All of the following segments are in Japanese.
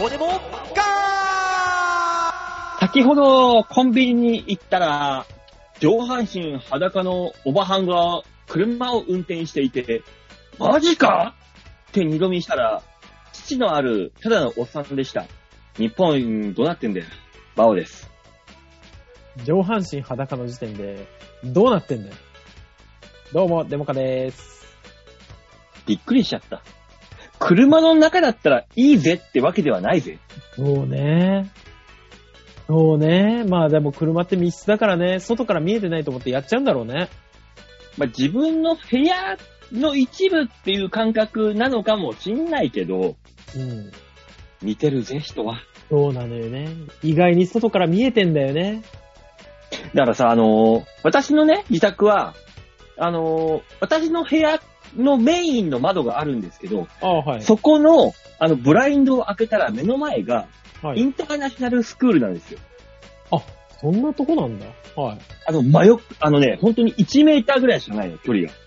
どうでもガー。 先ほどコンビニに行ったら、上半身裸のおばはんが車を運転していて、マジかって二度見したら、父のあるただのおっさんでした。日本どうなってんだよ。バオです。 上半身裸の時点で、どうなってんだよ。どうも、デモカです。 びっくりしちゃった。車の中だったらいいぜってわけではないぜ。 そうね。そうね。まあでも車って密室だからね、外から見えてないと思ってやっちゃうんだろうね。 まあ、自分の部屋の一部っていう感覚なのかもしんないけど、 うん。 似てるぜ、人は。 そうなのよね。意外に外から見えてんだよね。 だからさ、私のね、自宅は、私の部屋のメインの窓があるんですけど、 はい。 そこの、ブラインドを開けたら目の前が、 はい。 インターナショナルスクールなんですよ。 あ、そんなとこなんだ。はい。 本当に1メーターぐらいしかないの、距離が。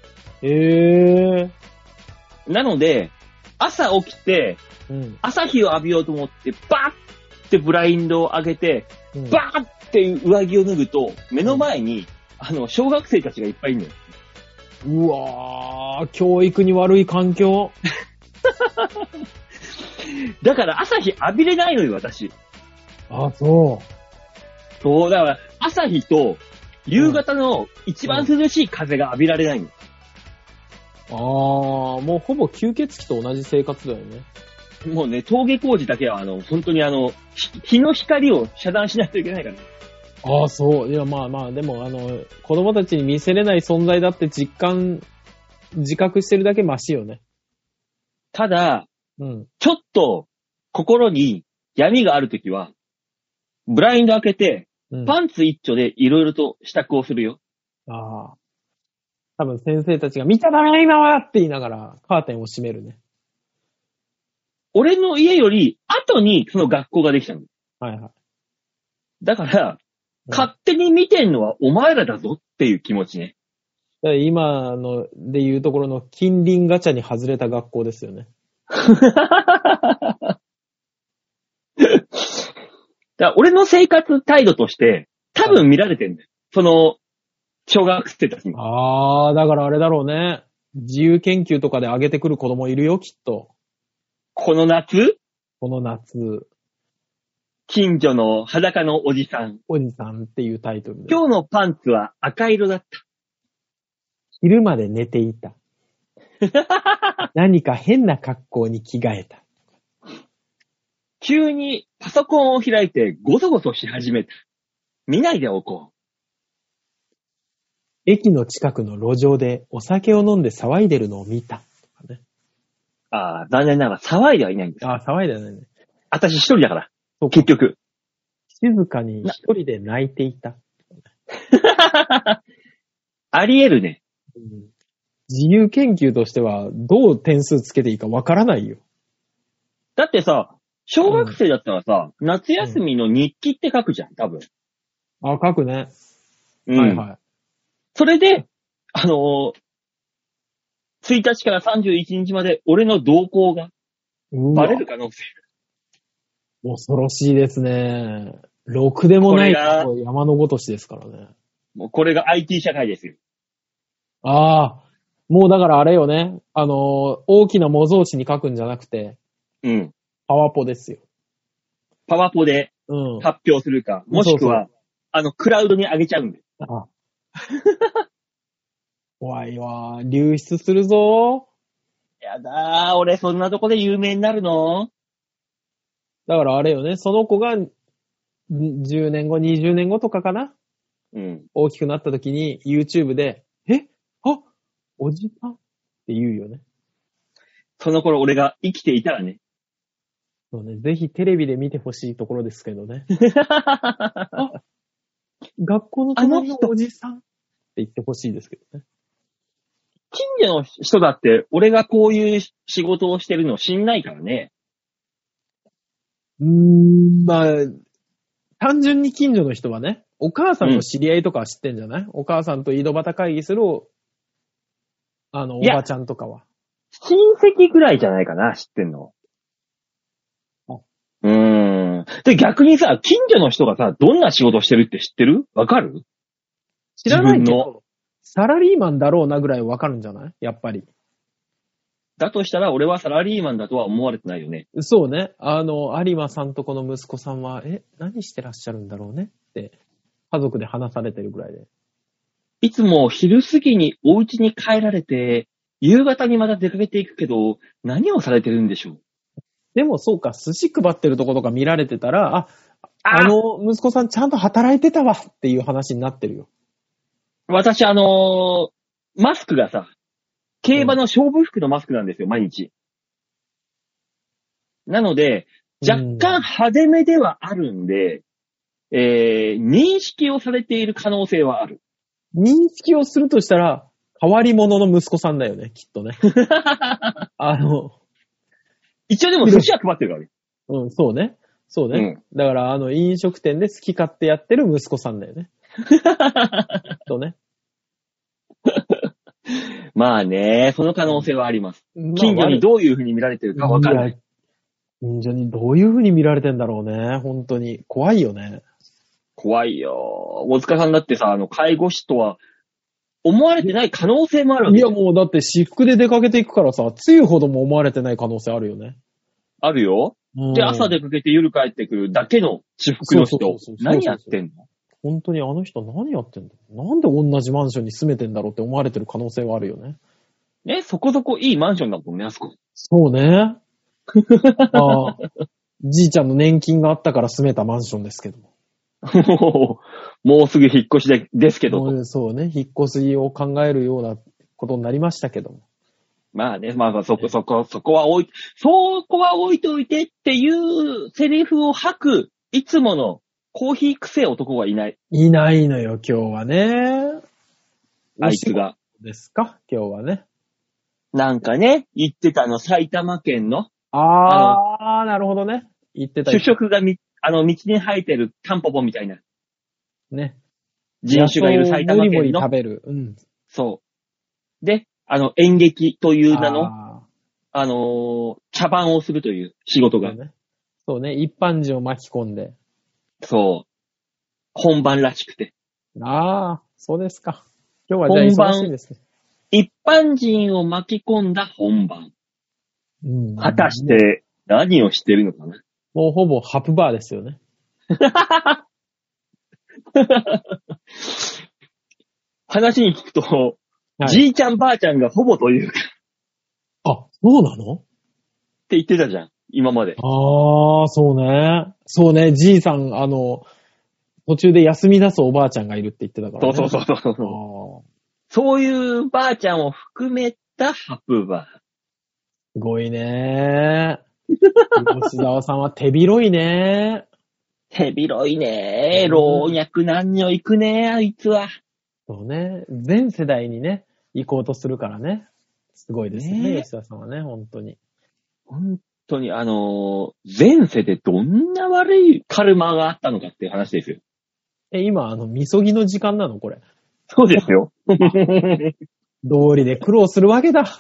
なので、朝起きて、 うん。 朝日を浴びようと思って、バーってブラインドを開けて、 うん、 バーって上着を脱ぐと、目の前に、小学生たちがいっぱいいるのよ。 うわー、教育に悪い環境。 だから朝日浴びれないのよ、私。 あ、そう。 そう、だから朝日と夕方の一番涼しい風が浴びられないの。 もうほぼ吸血鬼と同じ生活だよね。 もうね、登下工事だけは本当に日の光を遮断しないといけないからね。 ああ、そう。いや、まあまあ、でも子供たちに見せれない存在だって自覚してるだけマシよね。 ただ、 うん。 ちょっと心に闇があるときは、ブラインド開けて、 うん、 パンツ一丁でいろいろと支度をするよ。 ああ。多分先生たちが見ちゃダメ今はって言いながらカーテンを閉めるね。 俺の家より後にその学校ができたの。 はいはい。 だから、 うん、 勝手に見てんのはお前らだぞっていう気持ちね。 だから今のでいうところの近隣ガチャに外れた学校ですよね。 だから俺の生活態度として、多分見られてんだよ。その、小学生たちに。 ああ、だからあれだろうね。自由研究とかで上げてくる子供いるよ、きっと。 この夏、 この夏。 近所の裸のおじさん。 おじさんっていうタイトルで。 今日のパンツは赤色だった。 昼まで寝ていた。何か変な格好に着替えた。 急にパソコンを開いてゴソゴソし始めた。見ないでおこう。 駅の近くの路上でお酒を飲んで騒いでるのを見た。ね、 ああ、残念ながら騒いではいないんです。 ああ、騒いではないね。 私一人だから。結局。 静かに一人で泣いていた。 あり得るね、 うん。自由研究としてはどう点数つけていいかわからないよ。 だってさ、小学生だったらさ、夏休みの日記って書くじゃん、多分。 あ、書くね。 うん。 はいはい。 それで、1日から31日まで俺の動向がバレる可能性。 恐ろしいですね。ろくでもない山のごとしですからね。 もうこれが IT 社会ですよ。 ああ、もうだからあれよね。大きな模造紙に書くんじゃなくて、 うん。 パワポですよ。 パワポで発表するか、もしくは、クラウドに上げちゃうんで。 あ怖いわ。流出するぞ。 やだー、俺そんなとこで有名になるの？ だからあれよね、その子が10年後、20年後とかかな、 うん。 大きくなった時に YouTube で、おじさんって言うよね。 その頃俺が生きていたらね。 そうね、ぜひテレビで見てほしいところですけどね。学校の隣のおじさんって言ってほしいですけどね。 近所の人だって俺がこういう仕事をしてるの知んないからね。 まあ、単純に近所の人はね、お母さんの知り合いとかは知ってんじゃない？お母さんと井戸端会議するおばちゃんとかは。 親戚ぐらいじゃないかな、知ってんの。うで、逆にさ、近所の人がさ、どんな仕事してるって知ってる？わかる？ 知らないけ自分のど、サラリーマンだろうなぐらいわかるんじゃない？やっぱり。 だとしたら、俺はサラリーマンだとは思われてないよね。 そうね。有馬さんとこの息子さんは、何してらっしゃるんだろうねって、家族で話されてるぐらいで。 いつも昼過ぎにお家に帰られて、夕方にまた出かけていくけど、何をされてるんでしょう？ でもそうか、寿司配ってるとことか見られてたら、息子さんちゃんと働いてたわっていう話になってるよ。 私、マスクがさ、競馬の勝負服のマスクなんですよ、毎日。なので、若干派手めではあるんで、認識をされている可能性はある。 認識をするとしたら、変わり者の息子さんだよね、きっとね。 一応でも寿司は配ってるからね。 うん、そうね。そうね。だから、飲食店で好き勝手やってる息子さんだよね。そうね。 まあね、その可能性はあります。近所にどういう風に見られてるかわからない。 近所にどういう風に見られてんだろうね。本当に。怖いよね。 怖いよ。大塚さんだってさ、介護士とは思われてない可能性もあるわけ。 いやもうだって私服で出かけていくからさ、つゆほども思われてない可能性あるよね。 あるよ。で、朝出かけて夜帰ってくるだけの私服の人、何やってんの？ 本当にあの人何やってんだ？なんで同じマンションに住めてんだろうって思われてる可能性はあるよね。 ね、そこそこいいマンションだもんね、あそこ。 そうね。じいちゃんの年金があったから住めたマンションですけども。 もうすぐ引っ越しですけど。 そうね。引っ越しを考えるようなことになりましたけども。 まあね、まあそこは置いておいてっていうセリフを吐く、いつものコーヒー臭い男がいない。 いないのよ、今日はね。 あいつが。 ですか、今日はね。 なんかね、言ってた埼玉県の。 なるほどね。言ってた。 主食が道に生えてるタンポポみたいな。 ね。 人種がいる埼玉県の。 もりもり食べる。うん。 そう。で、演劇という名の、茶番をするという仕事が。 そうね。一般人を巻き込んで。 そう。本番らしくて。 そうですか。今日はじゃあ忙しいですね。 一般人を巻き込んだ本番。果たして何をしてるのかな？ もうほぼハプバーですよね。 話に聞くと、じいちゃんばあちゃんがほぼというか。 そうなの？ って言ってたじゃん、今まで。 そうね。そうね、じいさん、途中で休み出すおばあちゃんがいるって言ってたからね。 そう。そういうばあちゃんを含めたハプバー。 すごいね。吉沢さんは手広いね。 手広いね。老若男女行くね、あいつは。 そうね。全世代にね、行こうとするからね。すごいですね、吉沢さんはね、本当に。 本当に、前世でどんな悪いカルマがあったのかっていう話ですよ。 今、みそぎの時間なのこれ。 そうですよ。 道理で苦労するわけだ。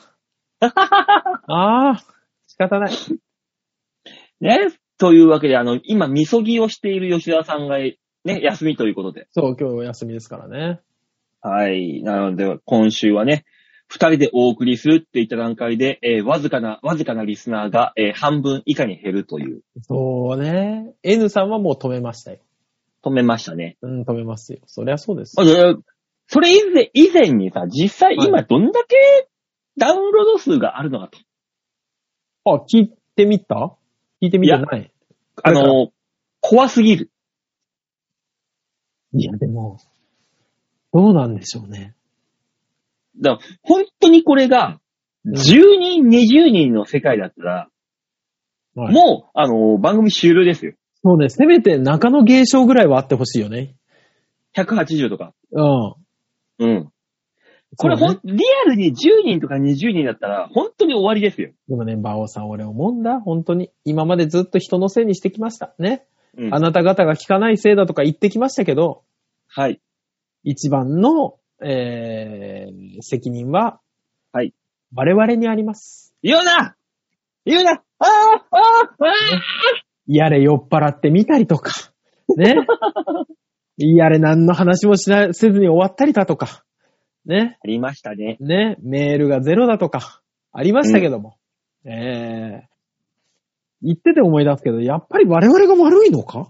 仕方ない。 ね。というわけで、今、みそぎをしている吉田さんが、ね、休みということで。 そう、今日休みですからね。 はい。なので、今週はね、二人でお送りするって言った段階で、わずかなリスナーが、半分以下に減るという。 そうね。N さんはもう止めましたよ。 止めましたね。 止めますよ。そりゃそうです。 それ以前にさ、実際今どんだけダウンロード数があるのかと。 聞いてみた？聞いてみてない。 怖すぎる。 いや、でも、どうなんでしょうね。 だから本当にこれが、10人、20人の世界だったら、もう、番組終了ですよ。 そうね、せめて中野芸賞ぐらいはあってほしいよね。 180とか。 うん。 これリアルに10人とか20人だったら、本当に終わりですよ。 でもね、馬王さん、俺思うんだ。本当に。今までずっと人のせいにしてきました。ね。あなた方が聞かないせいだとか言ってきましたけど。 はい。 一番の、責任は、 はい。 我々にあります。 言うなやれ酔っ払ってみたりとか、ね。やれ何の話もせずに終わったりだとか、ね。 ありましたね。 ね。メールがゼロだとか、ありましたけども。言ってて思い出すけど、やっぱり我々が悪いのか？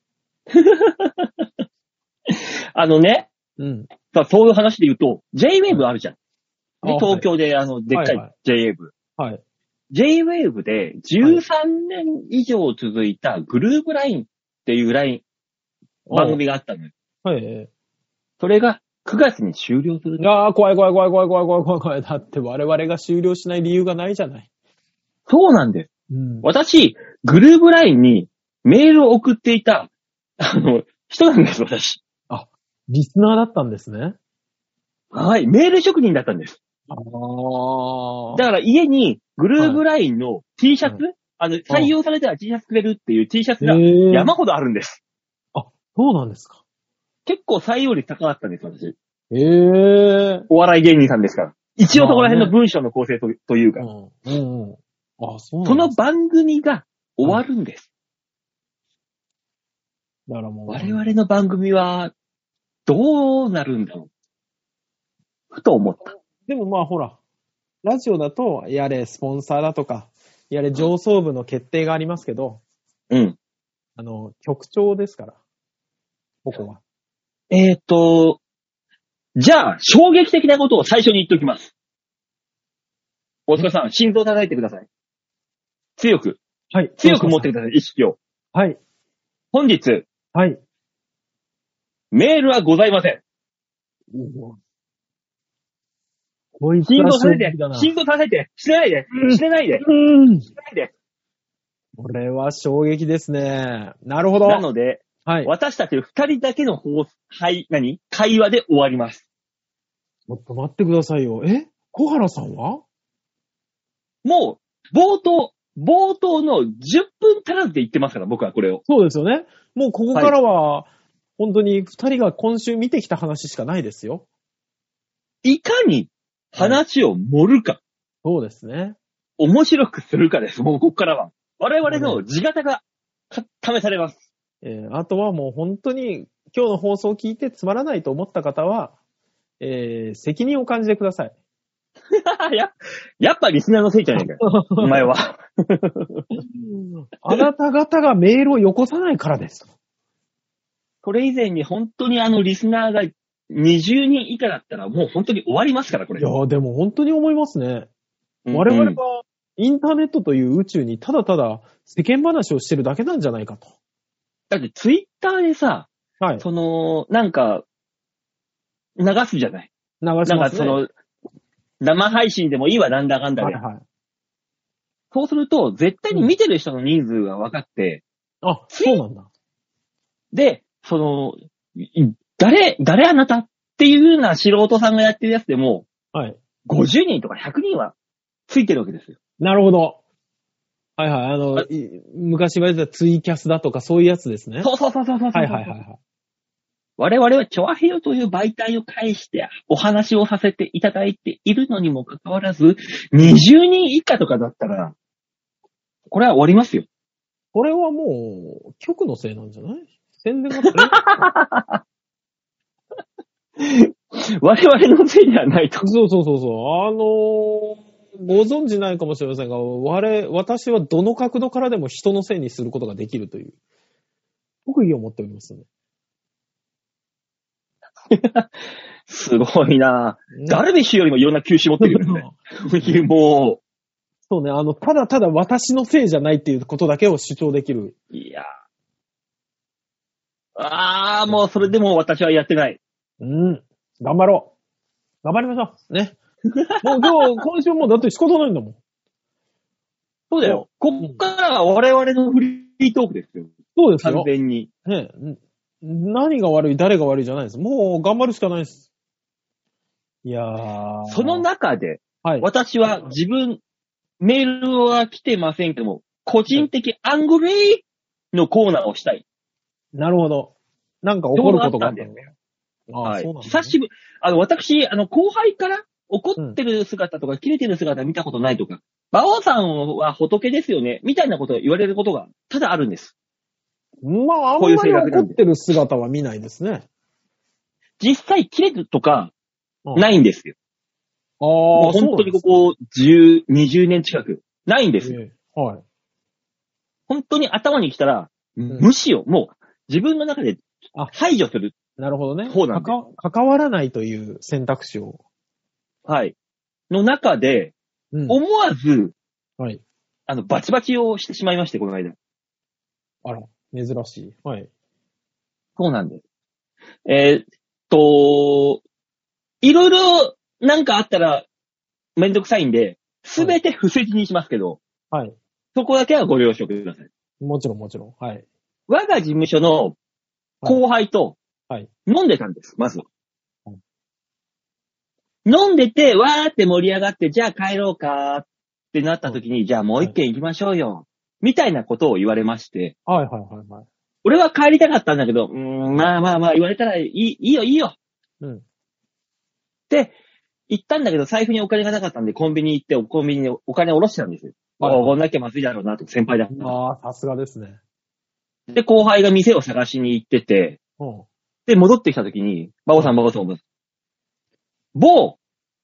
ね、 うん。 そういう話で言うと、J-Wave あるじゃん。であ東京ででっかいはいはい J-Wave。 はい。 J-Wave で13年以上続いたグループラインっていうライン、番組があったのよ。 はい。 それが9月に終了する。 ああ、怖い怖い怖い怖い怖い怖い怖い怖い。だって我々が終了しない理由がないじゃない。 そうなんです。 うん。 私、グループラインにメールを送っていた、人なんです、私。 リスナーだったんですね。 はい、メール職人だったんです。 ああ。 だから家にグループラインの T シャツ、採用されたら T シャツくれるっていう T シャツが山ほどあるんです。 そうなんですか。 結構採用率高かったんです、私。 お笑い芸人さんですから。一応そこら辺の文章の構成というか。 そうその番組が終わるんです。 だからもう。 我々の番組はどうなるんだろう。ふと思った。 でもまあほら、ラジオだと、やれスポンサーだとか、やれ上層部の決定がありますけど、 うん。 局長ですから。ここは。 じゃあ、衝撃的なことを最初に言っておきます。大塚さん、心臓叩いてください。強く。 はい。 強く持ってください、意識を。 はい。 本日、 はい。 メールはございません。 こいつ心は臓叩いて衝撃だな。 心臓叩いてしてないでしてないでしてないでこれは衝撃ですね。なるほど。 なので、 はい。 私たち二人だけの会話で終わります。 ちょっと待ってくださいよ。小原さんはもう、冒頭の10分足らずで言ってますから、僕はこれを。 そうですよね。もうここからは、本当に二人が今週見てきた話しかないですよ。 いかに話を盛るか、 そうですね。 面白くするかです。もうここからは。我々の地形が試されます。 あとはもう本当に今日の放送を聞いてつまらないと思った方は、責任を感じてください。 やっぱリスナーのせいじゃねえかよ。お前は。 あなた方がメールをよこさないからです。 これ以前に本当にリスナーが20人以下だったらもう本当に終わりますから、これ。 いや、でも本当に思いますね。 うんうん、 我々がインターネットという宇宙にただただ世間話をしてるだけなんじゃないかと。 だってツイッターでさ、 はい。 なんか、流すじゃない。 流しますね。 なんか生配信でもいいわ、なんだかんだで。 はいはい。 そうすると、絶対に見てる人の人数が分かって、 そうなんだ。 で、誰あなたっていうような素人さんがやってるやつでも、 はい。 50人とか100人はついてるわけですよ。 なるほど。はいはい。昔言われてたツイキャスだとかそういうやつですね。 そう。 はいはいはいはい。 我々はチョアヘヨという媒体を介してお話をさせていただいているのにもかかわらず、20人以下とかだったら、これは終わりますよ。 これはもう、局のせいなんじゃない？宣伝が我々のせいではないと。 そう。ご存知ないかもしれませんが、私はどの角度からでも人のせいにすることができるという、特技を持っておりますね。 すごいなぁ。ダルビッシュよりもいろんな球種持ってるよね。もう。 そうね、ただただ私のせいじゃないっていうことだけを主張できる。 いやもうそれでも私はやってない。 頑張ろう。頑張りましょう。ね。もう今週もだって仕方ないんだもん。 そうだよ。こっからは我々のフリートークですよ。 そうですよ。 完全に。 ね。何が悪い、誰が悪いじゃないです。もう頑張るしかないです。いやー。 その中で、 はい、 私はメールは来てませんけども、個人的アングリーのコーナーをしたい。 なるほど。なんか起こることがあったんだよ。 はい。 そうなんだ、ね。 久しぶり、私、後輩から怒ってる姿とか、切れてる姿見たことないとか、 馬王さんは仏ですよね、みたいなことを言われることがただあるんです。 まあ、あんこういうまり性格なんで怒ってる姿は見ないですね。 実際切れるとかうんないんですよ。 あもうあ、 本当にここ10、20年近くないんですよ。 はい。 本当に頭に来たら、 ん無視をもう自分の中であ排除する。 なるほどね。 そうなんで関わらないという選択肢を。 はい。の中で、 うん。 思わず、 はい。 バチバチをしてしまいまして、この間。 あら、珍しい。はい。 そうなんです。いろいろなんかあったらめんどくさいんで、すべて不正にしますけど、 はい。 そこだけはご了承ください。 もちろん、もちろん。はい。 我が事務所の後輩とはい。 飲んでたんです、まずは。 はい飲んでて、わーって盛り上がって、じゃあ帰ろうかってなった時に、じゃあもう一軒行きましょうよ。みたいなことを言われまして、 はい、はい、はい、はい。 俺は帰りたかったんだけど、まあ、言われたらいいよ。 うん。 って言ったんだけど、財布にお金がなかったんで、コンビニ行って、コンビニにお金を下ろしてたんですよ。 はいこんなきゃまずいだろうなと、先輩だった。 ああ、さすがですね。 で、後輩が店を探しに行ってて、 うん。 で、戻ってきた時に、馬場さん、某、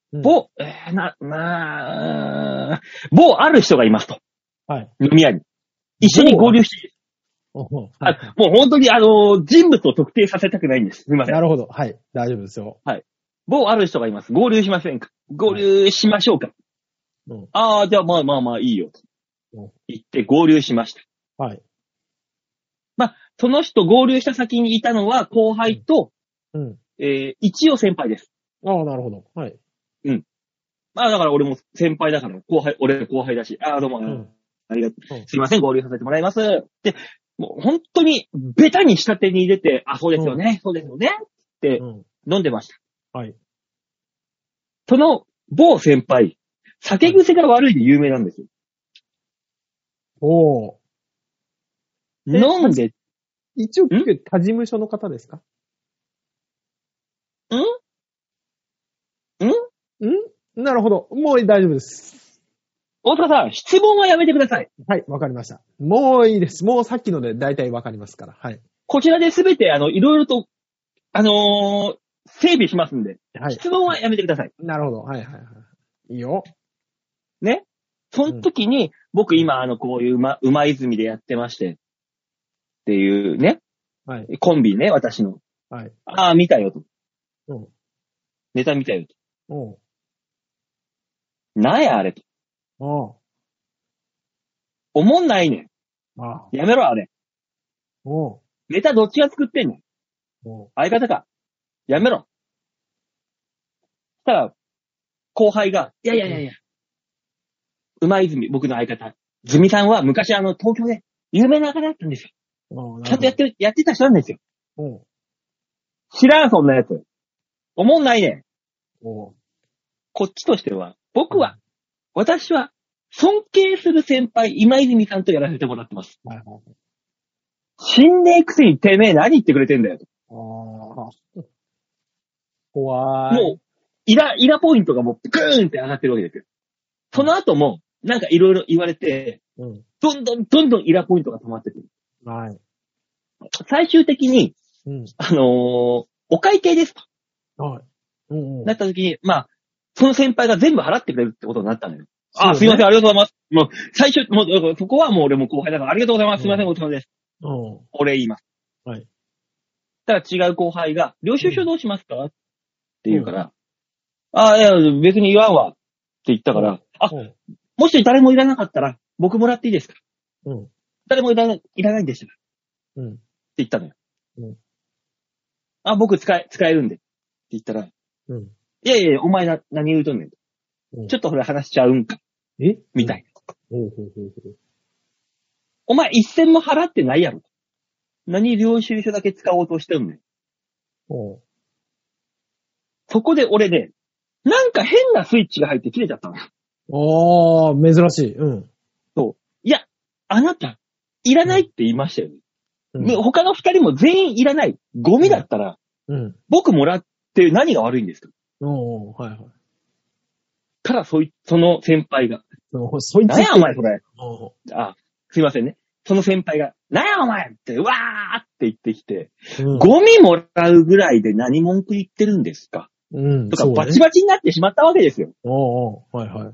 ある人がいますと。 はい。 飲み屋に。一緒に合流していいです。 うんもう本当に人物を特定させたくないんです。すみません。 なるほど。はい。大丈夫ですよ。 某ある人がいます。合流しませんか？合流しましょうか？ うん。 ああ、じゃあまあいいよ。 うん言って合流しました。 はい。 その人合流した先にいたのは後輩と、 うん。 一応先輩です。 ああ、なるほど。はい。 だから俺も先輩だから俺後輩だし、どうも、 うん。 ありがとう。 うんすいません、合流させてもらいます。で、もう本当にベタに下手に入れて、そうですよね、そうですよね、ってうん。 飲んでました。 はい。 その某先輩、酒癖が悪いで有名なんですよ。 おー。 飲んで、 一応、他事務所の方ですか？なるほど。もう大丈夫です。 大塚さん、質問はやめてください。 はい、わかりました。もういいです。もうさっきので大体わかりますから。はい。 こちらで全て、いろいろと、整備しますんで、 はい。 質問はやめてください。 なるほど。はいはいはい。いいよ。 ね。その時に、僕今、こういう馬泉でやってまして、っていうね、 はい。 コンビね、私の。 はい。 見たよと。 うん。 ネタ見たよと。 おう。 なんやあれと。 おう。 おもんないねああ。 ん。やめろあれ。 おう。 ネタどっちが作ってんねん。 おう。 相方か。やめろ。そしたら、後輩が、いや。馬泉、僕の相方。ズミさんは昔東京で有名な方だったんですよ。 おう。 ちゃんとやってた人なんですよ。 おう。 知らん、そんなやつ。おもんないねん。 おう。 こっちとしては、私は、尊敬する先輩、今泉さんとやらせてもらってます。 はいはい。 死んねえくせにてめえ何言ってくれてんだよ。 ああ。怖い。 もう、イラポイントがもう、グーンって上がってるわけですよ。その後も、なんかいろいろ言われて、 うん。 どんどんイラポイントが溜まってくる。 はい。 最終的に、 うん。 お会計ですと。 はい。うんうん。 なった時に、その先輩が全部払ってくれるってことになったのよ。 そうねすいません、ありがとうございます。もう、最初、もう、そこはもう俺も後輩だから、ありがとうございます。すいません、お疲れ様です。 うん。 お礼言います。 はい。 ただ違う後輩が、領収書どうしますかって言うから、いや、別に言わんわ。って言ったから、 うんもし誰もいらなかったら、僕もらっていいですか？ うん。 誰もいらないんでしたら。 うん。 って言ったのよ。 うん。 僕使えるんで。って言ったら、 うん。 いや、お前何言うとんねん。 うんちょっとこれ話しちゃうんか。みたいな。 ほうほうほうほう。 お前一銭も払ってないやろ。何領収書だけ使おうとしてんねん。 ほう。 そこで俺ね、なんか変なスイッチが入って切れちゃったのよ。 ああ、珍しい。うん。 いや、あなた、いらないって言いましたよね。 うん。 他の二人も全員いらない。ゴミだったら、 うん。 僕もらって何が悪いんですか？ おー、はいはい。 からその先輩が、 そいつ。 なんやお前それ。 うあ、すいませんね。その先輩が、なんやお前って、うわーって言ってきて、 ん。 ゴミもらうぐらいで何文句言ってるんですかうん。 とか、 そうねバチバチになってしまったわけですよ。 おうおう。はいはい。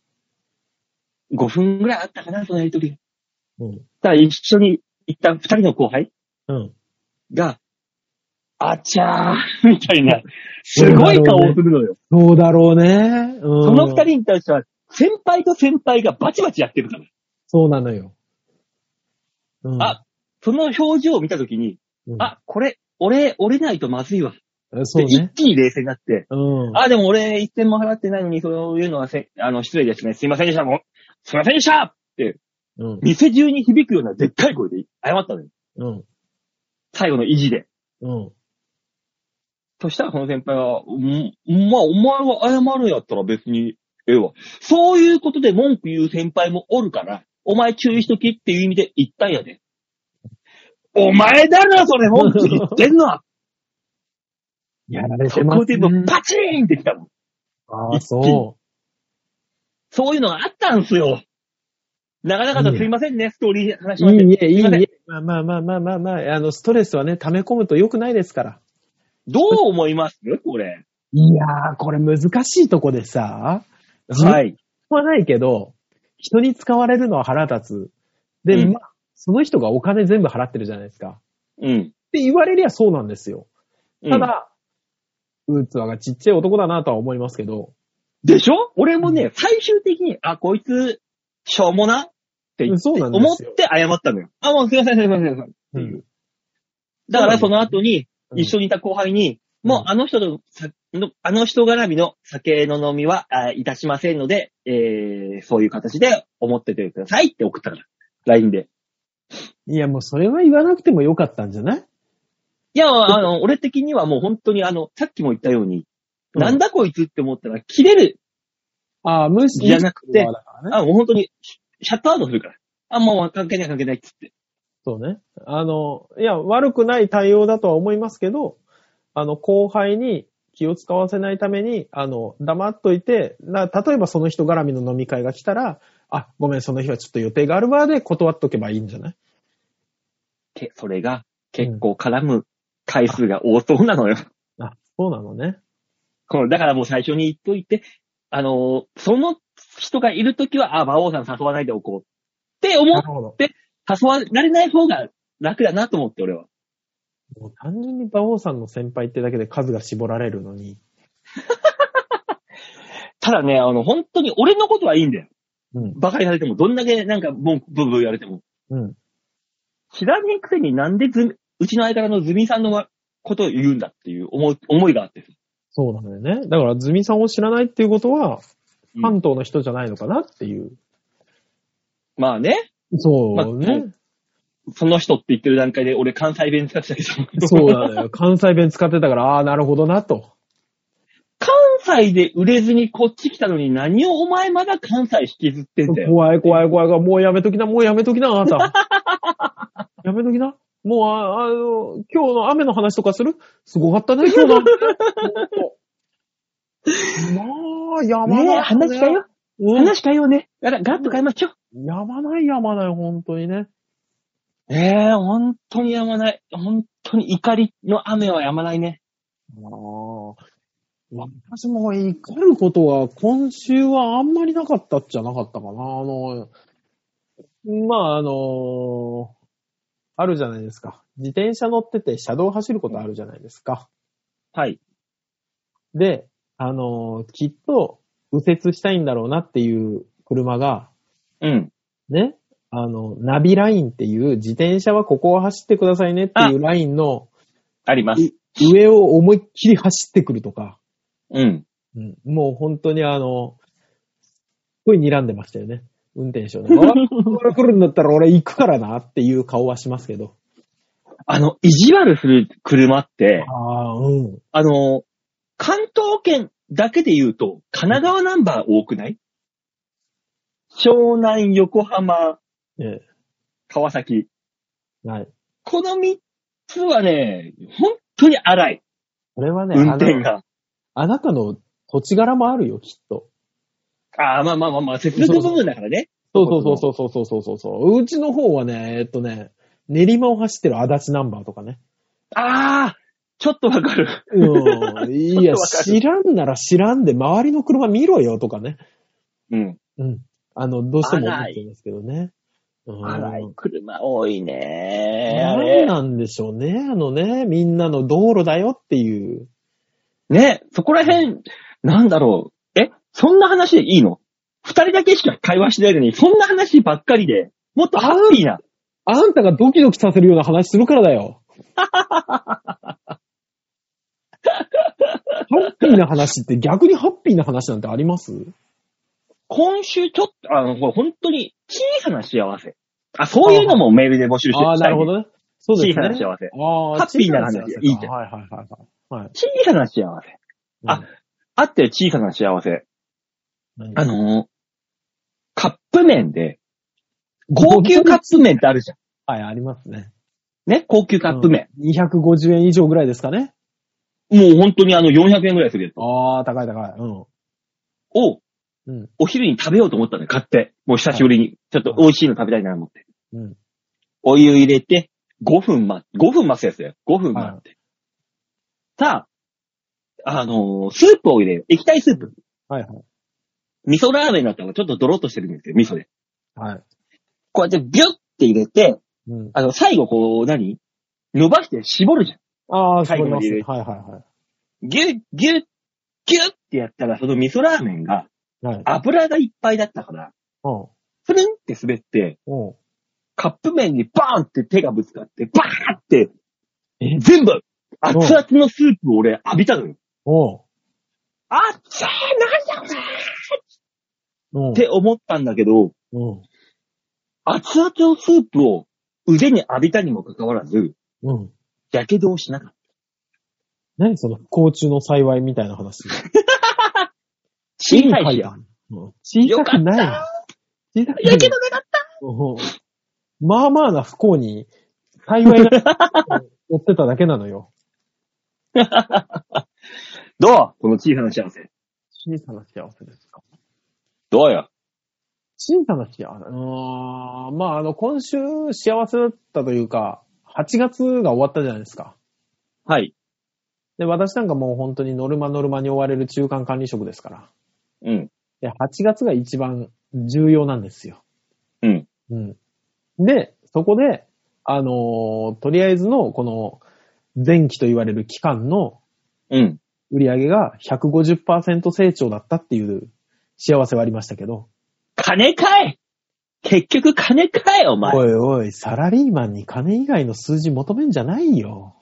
5分ぐらいあったかな、そのやりとり。 うん。 ただ一緒に行った2人の後輩うん。 が、あちゃー、みたいな、すごい顔をするのよ。 そうだろうね。うん。 その2人に対しては、先輩と先輩がバチバチやってるから。 そうなのよ。うん。 あ、その表情を見たときに、 うん、 あ、これ、折れないとまずいわ。で、 そうね。 一気に冷静になって、 うん。 あ、でも俺一銭も払ってないのに、そういうのは失礼ですね。すいませんでした。もう、すいませんでしたって、 うん。 店中に響くようなでっかい声で謝ったのよ。 うん。 最後の意地で。 うん。 そしたらその先輩は、まあ、お前が謝るやったら別にええわ。そういうことで文句言う先輩もおるから、お前注意しときっていう意味で言ったんやで。お前だろ、それ文句言ってんのは。 やられそてますね。 こでもうパチーンってきたもん。 ああ、そそういうのがあったんすよ。なかなかとすいませんね、ストーリー話しう。 まして。 いいえ、いいすませんえ。まあ、ストレスはね、溜め込むと良くないですから。 どう思いますこれ。 いやー、これ難しいとこでさ、 はい。 はないけど、人に使われるのは腹立つ。で、 うんまあ、その人がお金全部払ってるじゃないですか。 うん。 って言われりゃそうなんですよ。 うんただ、器がちっちゃい男だなとは思いますけど。 でしょ俺もね、最終的に、あ、こいつ、しょうもなって言って、 そうなんですよ思って謝ったのよ。あ、もうすいません、すいません、すいません。っていう。だからその後に、一緒にいた後輩に、もうあの人絡みの酒の飲みは、いたしませんので、そういう形で思っててくださいって送ったから。LINE で。 いや、もうそれは言わなくてもよかったんじゃない？ いや、俺的にはもう本当にさっきも言ったように、 うんなんだこいつって思ったら切れるああ、無視じゃなくて、 だからね。 もう本当にシャットアウトするから。あ、もう関係ない関係ないっつって。 そうね。いや、悪くない対応だとは思いますけど、後輩に気を使わせないために、黙っといて、例えばその人絡みの飲み会が来たら、あ、ごめん、その日はちょっと予定があるわで断っとけばいいんじゃない？ それが結構絡む回数が多そうなのよ。 あ、そうなのね。 だからもう最初に言っといて、その人がいるときは、馬王さん誘わないでおこうって思っなるほど。 て、誘われない方が楽だなと思って、俺は。 もう単純に馬王さんの先輩ってだけで数が絞られるのに。 ただね、本当に俺のことはいいんだよ。 うん。 馬鹿にされても、どんだけなんか文句ブーブー言われても。 うん。 知らねえくせになんでうちの相方のズミさんのことを言うんだっていう思いがあって。 そうなのよね。だからズミさんを知らないっていうことは、 うん関東の人じゃないのかなっていう。 まあね。 そうね。 その人って言ってる段階で俺関西弁使ってたけど。 そうなのよ。関西弁使ってたから、ああ、なるほどなと。 関西で売れずにこっち来たのに何をお前まだ関西引きずってんだよ。 怖い。もうやめときな、あなた。やめときな。もう、今日の雨の話とかする？すごかったね、今日の雨。まあ、やまない、 ねえ、話変えよう。話変えようね。ガラッと変えましょう。 やまない、本当にね。 本当にやまない。本当に怒りの雨はやまないね。 私も怒ることは今週はあんまりなかったっちゃなかったかな。あるじゃないですか。自転車乗ってて車道走ることあるじゃないですか。 はい。 で、きっと右折したいんだろうなっていう車が、 うん。 ね、ナビラインっていう自転車はここを走ってくださいねっていうラインのあります。 上を思いっきり走ってくるとか。 うん。 もう本当にすごい睨んでましたよね。運転手ね。これ来るんだったら俺行くからなっていう顔はしますけど。 意地悪する車って、関東圏だけで言うと、神奈川ナンバー多くない？湘南、横浜、川崎。 はい。 この3つはね、本当に荒い。 これはね、 運転が。 あなたの土地柄もあるよ、きっと。 ああ、まあ、接続部分だからね。 そう。うちの方はね、練馬を走ってる足立ナンバーとかね。 ああ、ちょっとわかる。 いや、知らんなら知らんで、周りの車見ろよとかね。 うん。 どうしても思ってるんですけどね。 荒い車多いね。 何なんでしょうね。みんなの道路だよっていう。 ね、そこら辺、なんだろう。そんな話でいいの？二人だけしか会話してないのに、そんな話ばっかりで、もっとハッピーな。 あんたがドキドキさせるような話するからだよ。ハッピーな話って逆にハッピーな話なんてあります？ 今週ちょっと、これ本当に小さな幸せ。そういうのもメールで募集してる。 なるほどね。そうですね。 小さな幸せ。ハッピーな話いいじゃん。 はい。 小さな幸せ。あってる小さな幸せ。カップ麺で、高級カップ麺ってあるじゃん。 はい、ありますね。 ね、高級カップ麺。 250円以上ぐらいですかね。 もう本当に400円ぐらいするやつ。 高い。 を、お昼に食べようと思ったのよ、買って。もう久しぶりに。ちょっと美味しいの食べたいなと思って。お湯入れて、5分待つやつだよ。5分待って。さあ、スープを入れる。液体スープ。 はい。 味噌ラーメンだったらちょっとドロッとしてるんですよ、味噌で。 はい。 こうやってビュッって入れて、最後伸ばして絞るじゃん。 絞ります。 はい。ギュッってやったら、その味噌ラーメンが、油がいっぱいだったから、ふるんって滑って、カップ麺にバーンって手がぶつかって、バーンって、全部、熱々のスープを俺浴びたのよ。あっちーなんだこれって思ったんだけど、熱々のスープを腕に浴びたにもかかわらず、やけどをしなかった。 何その不幸中の幸いみたいな話。 小さいしや。 小さくない。 やけどなかった。 まあまあな不幸に幸いが追ってただけなのよ。 どうこの小さな幸せ。 小さな幸せですか。 どうよ。 小さな幸せ。今週幸せだったというか、8月が終わったじゃないですか。 はい。 で、私なんかもう本当にノルマに追われる中間管理職ですから。で、8月が一番重要なんですよ。で、そこで、とりあえずのこの前期と言われる期間の売り上げが 150% 成長だったっていう幸せはありましたけど。 金かい！結局金かいお前。 おい、サラリーマンに金以外の数字求めんじゃないよ。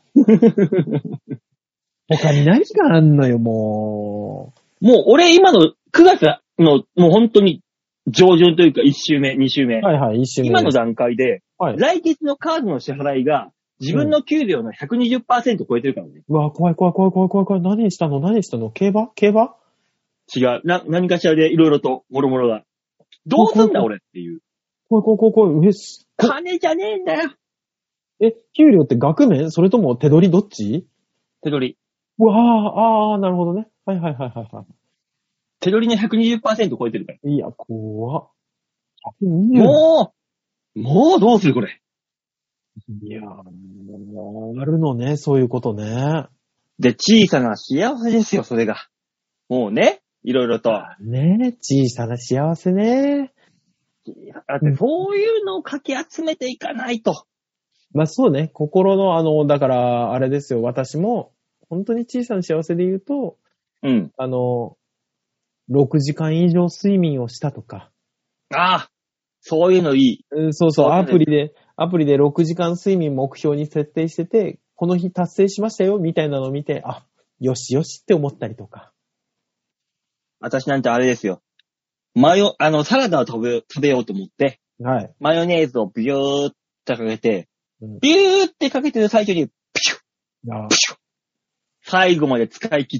他に何があんのよ、もう。もう俺今の9月のもう本当に上旬というか1週目、2週目。 はい、1週目。 今の段階で、来月のカードの支払いが自分の給料の 120% 超えてるからね。 うわ、怖い。何したの競馬違う。何かしらでいろいろと、もろもろが。どうすんだ俺っていう。 怖い。 金じゃねえんだよ。 給料って額面それとも手取りどっち？ 手取り。 うわなるほどね。はい。 手取りの 120% 超えてるから。 いや、怖っ。 もうどうするこれ。 いやあるのね、そういうことね。 で、小さな幸せですよ、それが。もうね、いろいろと。 ね、小さな幸せね。 だってそういうのをかき集めていかないと。 まあそうね、心の、だから、あれですよ、私も、本当に小さな幸せで言うと、6時間以上睡眠をしたとか。 そういうのいい。 そう、アプリで6時間睡眠目標に設定してて、この日達成しましたよ、みたいなのを見て、よしって思ったりとか。 私なんてあれですよ。サラダを食べようと思って、マヨネーズをビューってかけて、ビューってかけてる最中に、ピュッ最後まで使い切った。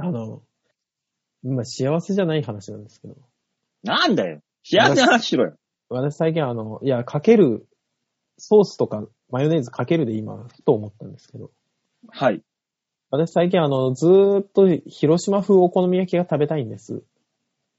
今幸せじゃない話なんですけど。 なんだよ。幸せな話しろよ。 私最近かける、ソースとかマヨネーズかけるで今、ふと思ったんですけど。 はい。 私最近ずーっと広島風お好み焼きが食べたいんです。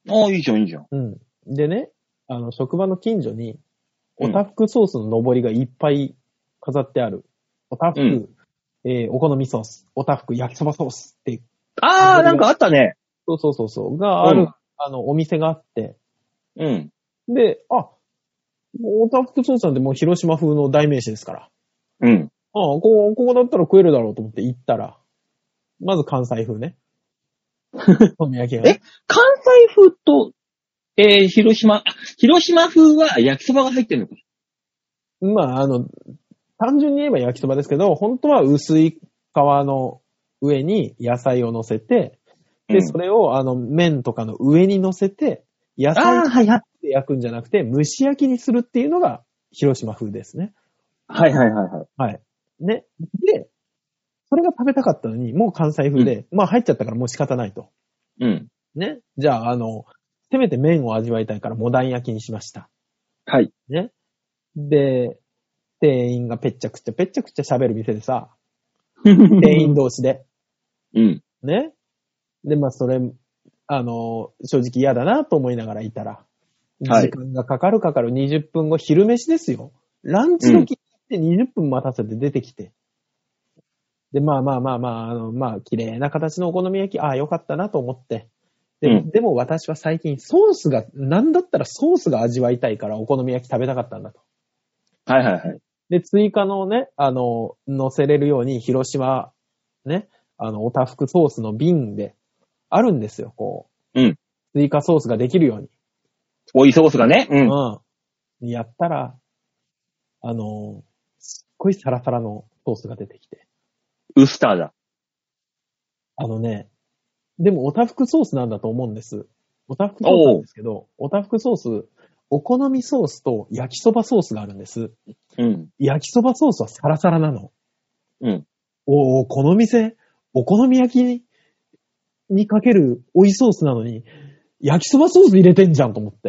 ああ、いいじゃん、いいじゃん。 うん。でね、職場の近所に、おたふくソースの上りがいっぱい飾ってある。おたふく、お好みソース、おたふく焼きそばソースって。 ああ、なんかあったね。 そう、がある、お店があって。 うん。 で、おたふくソースなんてもう広島風の代名詞ですから。 うん。 ここだったら食えるだろうと思って行ったら、まず関西風ね。おみやきがね。 関西風と、広島風は焼きそばが入ってるのか。 まあ、単純に言えば焼きそばですけど、本当は薄い皮の上に野菜を乗せて、で、それを麺とかの上に乗せて、野菜で焼くんじゃなくて、蒸し焼きにするっていうのが広島風ですね。 はい。 はい。ね。で、それが食べたかったのに、もう関西風で、まあ入っちゃったからもう仕方ないと。 うん。 ね。じゃあ、せめて麺を味わいたいからモダン焼きにしました。 はい。 ね。で、店員がぺっちゃくちゃ喋る店でさ、店員同士で。 うん。 ね。で、まあそれ、正直嫌だなと思いながらいたら、時間がかかる20分後、昼飯ですよ。ランチ時って20分待たせて出てきて。で、まあ、綺麗な形のお好み焼き、よかったなと思って。でも私は最近なんだったらソースが味わいたいからお好み焼き食べたかったんだと。 はい。 で、追加のね、乗せれるように広島、ね、おたふくソースの瓶であるんですよ、こう。 うん。 追加ソースができるように。 追いソースがね。うん。 やったら、すっごいサラサラのソースが出てきて。 ウスターだ。 でもおたふくソースなんだと思うんです。おたふくソースなんですけど、おたふくソース、お好みソースと焼きそばソースがあるんです。 うん。 焼きそばソースはサラサラなの。 うん。 この店、お好み焼きにかける追いソースなのに、焼きそばソース入れてんじゃんと思って。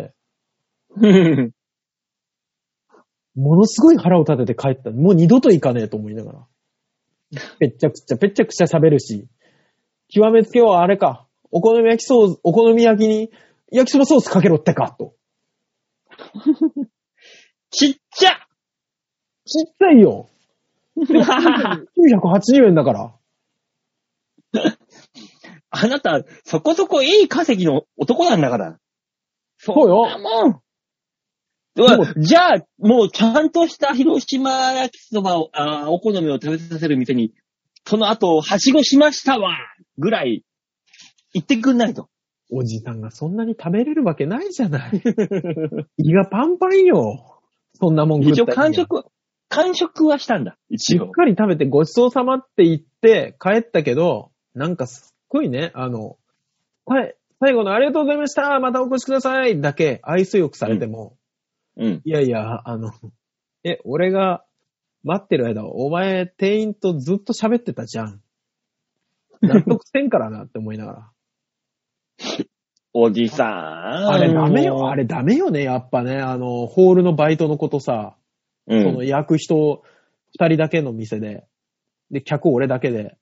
ものすごい腹を立てて帰った。もう二度と行かねえと思いながら。ぺっちゃくちゃ喋るし。極めつけはあれか。お好み焼きに焼きそばソースかけろってか、と。 ちっちゃいよ。980円だから。 あなた、そこそこいい稼ぎの男なんだから。 そうよ。 じゃあ、もうちゃんとした広島焼きそばを、お好みを食べさせる店に、その後、はしごしましたわぐらい、言ってくんないと。 おじさんがそんなに食べれるわけないじゃない。胃がパンパンよ。そんなもん食ったら。 一応完食はしたんだ。 しっかり食べてごちそうさまって言って帰ったけど、なんかすっごいね、最後のありがとうございましたまたお越しくださいだけ愛想よくされても、いやいや、俺が待ってる間、お前店員とずっと喋ってたじゃん。納得せんからなって思いながら。 おじさん。 あれダメよね、やっぱね。ホールのバイトのことさ、その焼く人2人だけの店で、客俺だけで、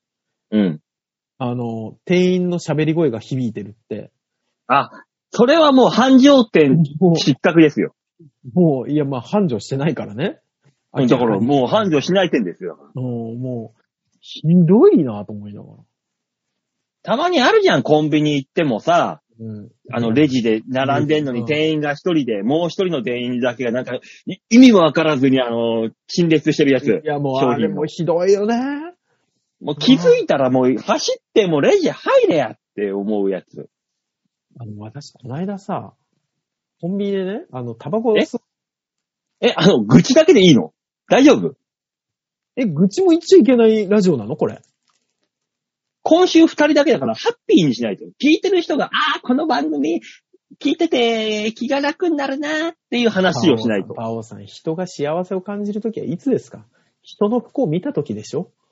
店員の喋り声が響いてるって。 それはもう繁盛店失格ですよ。 もう、いや、まあ繁盛してないからね。 だからもう繁盛しない店ですよ。 もう、ひどいなと思いながら。 たまにあるじゃん、コンビニ行ってもさ、レジで並んでんのに店員が一人で、もう一人の店員だけがなんか、意味もわからずに陳列してるやつ。 いや、もうあれもひどいよね。 もう気づいたらもう走ってもうレジ入れやって思うやつ。 私、この間さ、コンビニでね、タバコを愚痴だけでいいの？大丈夫？ 愚痴も言っちゃいけないラジオなのこれ。 今週2人だけだからハッピーにしないと。聞いてる人が、この番組聞いてて気が楽になるなっていう話をしないと。 バオさん、人が幸せを感じるときはいつですか？人の不幸を見たときでしょ？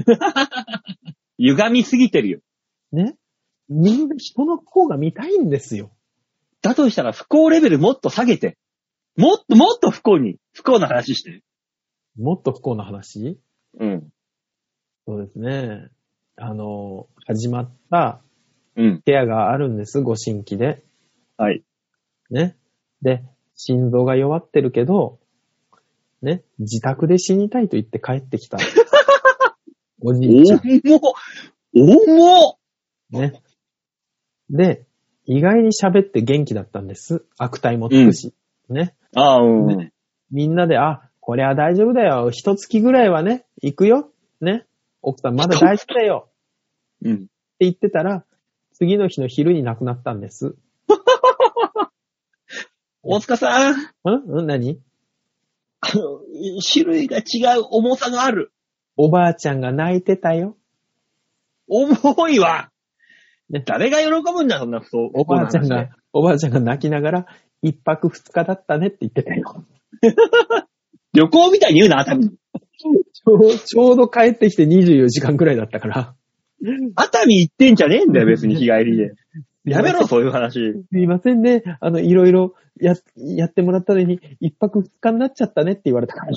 歪みすぎてるよ。 ね？みんな人の不幸が見たいんですよ。 だとしたら不幸レベルもっと下げて。もっと不幸な話して。 もっと不幸な話？そうですね。始まったケアがあるんです、ご新規で。 はい。 ね。で、心臓が弱ってるけど、ね、自宅で死にたいと言って帰ってきた。おじいちゃん。 重っね。で、意外に喋って元気だったんです。悪態もつくし。ね。 ああ、うん。 ねみんなで、これは大丈夫だよ。一月ぐらいはね、行くよ。ね。奥さんまだ大丈夫だよ。 うん。 って言ってたら、次の日の昼に亡くなったんです。 大塚さん、 何？ 種類が違う重さがある。 おばあちゃんが泣いてたよ。 重いわ。 ね誰が喜ぶんだ、そんなこと。 おばあちゃんが泣きながら、一泊二日だったねって言ってたよ。 旅行みたいに言うな、熱海。 ちょうど帰ってきて24時間くらいだったから。 熱海行ってんじゃねえんだよ、別に日帰りで。やめろ、そういう話。 すいませんね。いろいろやってもらったのに、一泊二日になっちゃったねって言われたから。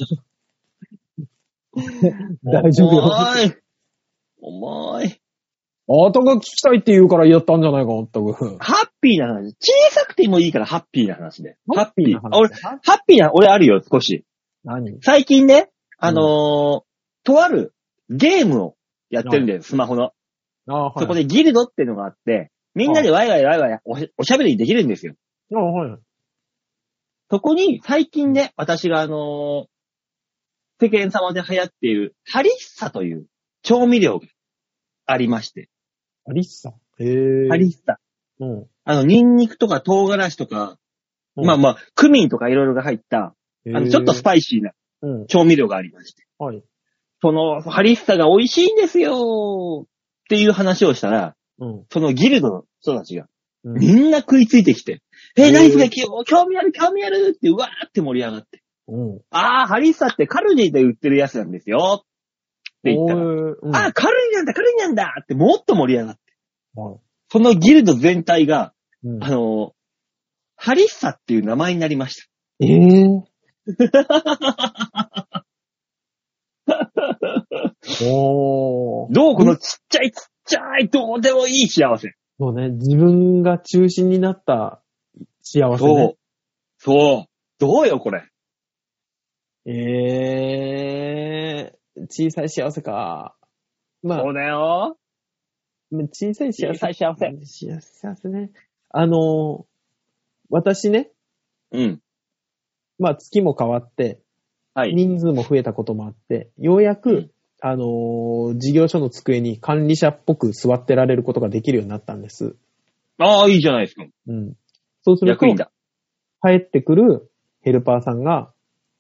大丈夫よ。 重い。 あたが聞きたいって言うからやったんじゃないか、まったく。 ハッピーな話。小さくてもいいからハッピーな話で。 ハッピーな話。 俺あるよ、少し。 何？ 最近ね、とあるゲームをやってるんだよ、スマホの。 はい、 そこでギルドっていうのがあって、みんなでワイワイおしゃべりできるんですよ。 はい。 そこに最近ね、私が世間様で流行っているハリッサという調味料がありまして。 ハリッサ。へぇー。 ハリッサ。 うん。 ニンニクとか唐辛子とか、まあ、クミンとかいろいろが入った、ちょっとスパイシーな調味料がありまして。 はい。 そのハリッサが美味しいんですよっていう話をしたら、そのギルドの人たちが、みんな食いついてきて、何それ興味あるってうわーって盛り上がって。ハリッサってカルディで売ってるやつなんですよって言ったら、カルディなんだってもっと盛り上がって。そのギルド全体が、ハリッサっていう名前になりました。どうこのちっちゃいどうでもいい幸せ。 そうね。自分が中心になった幸せね。 そう。どうよ、これ。 小さい幸せか。まあ。 そうだよ。 小さい幸せ。幸せね。私ね。まあ、月も変わって、人数も増えたこともあって、ようやく、事業所の机に管理者っぽく座ってられることができるようになったんです。 ああ、いいじゃないですか。 そうすると、 役員だ。 帰ってくるヘルパーさんが、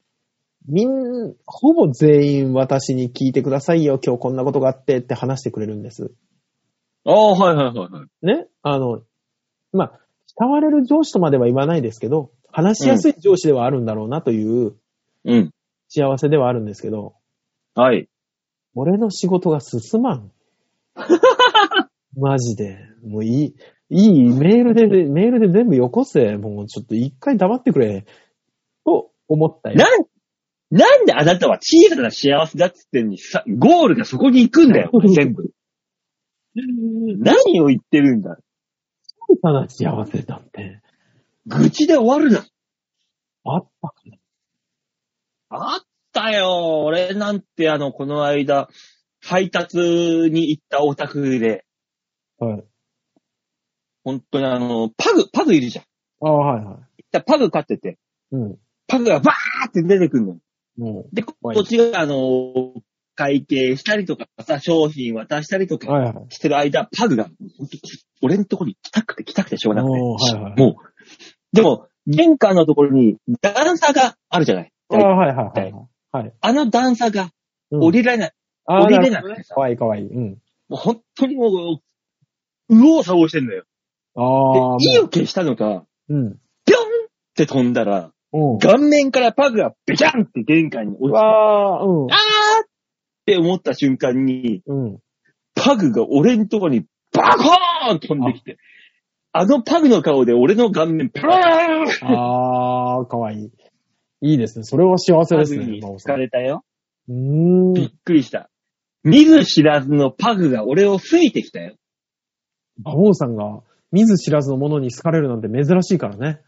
ほぼ全員私に聞いてくださいよ、今日こんなことがあってって話してくれるんです。 ああ、はい。 ね。まあ、慕われる上司とまでは言わないですけど、話しやすい上司ではあるんだろうなという、幸せではあるんですけど、 はい。 俺の仕事が進まん。マジで。もういい、メールで全部よこせ。もうちょっと一回黙ってくれ。と思ったよ。 なんであなたは小さな幸せだっつってんにさ、ゴールがそこに行くんだよ、全部。何を言ってるんだ。 小さな幸せだって。 愚痴で終わるな。 あったかな。 あったよ。俺なんてこの間、配達に行ったお宅で、本当にパグいるじゃん。パグ飼ってて、パグがバーって出てくるの。で、こっちが会計したりとかさ、商品渡したりとかしてる間、パグが、俺のところに来たくてしょうがなくて。もう、でも、玄関のところに段差があるじゃない。あの段差が降りれない。降りれなくてさ。 かわいい。 もう本当にもう、右往左往してんだよ。で、意を消したのか、ぴょんって飛んだら、顔面からパグがベチャンって玄関に落ちて、あーって思った瞬間に、パグが俺のとこにバコーン飛んできて、あのパグの顔で俺の顔面パーンかわいい。いいですね。それは幸せですね。 パグに疲れたよ。 びびっくりした。見ず知らずのパグが俺を吹いてきたよ。 馬王さんが見ず知らずのものに好かれるなんて珍しいからね。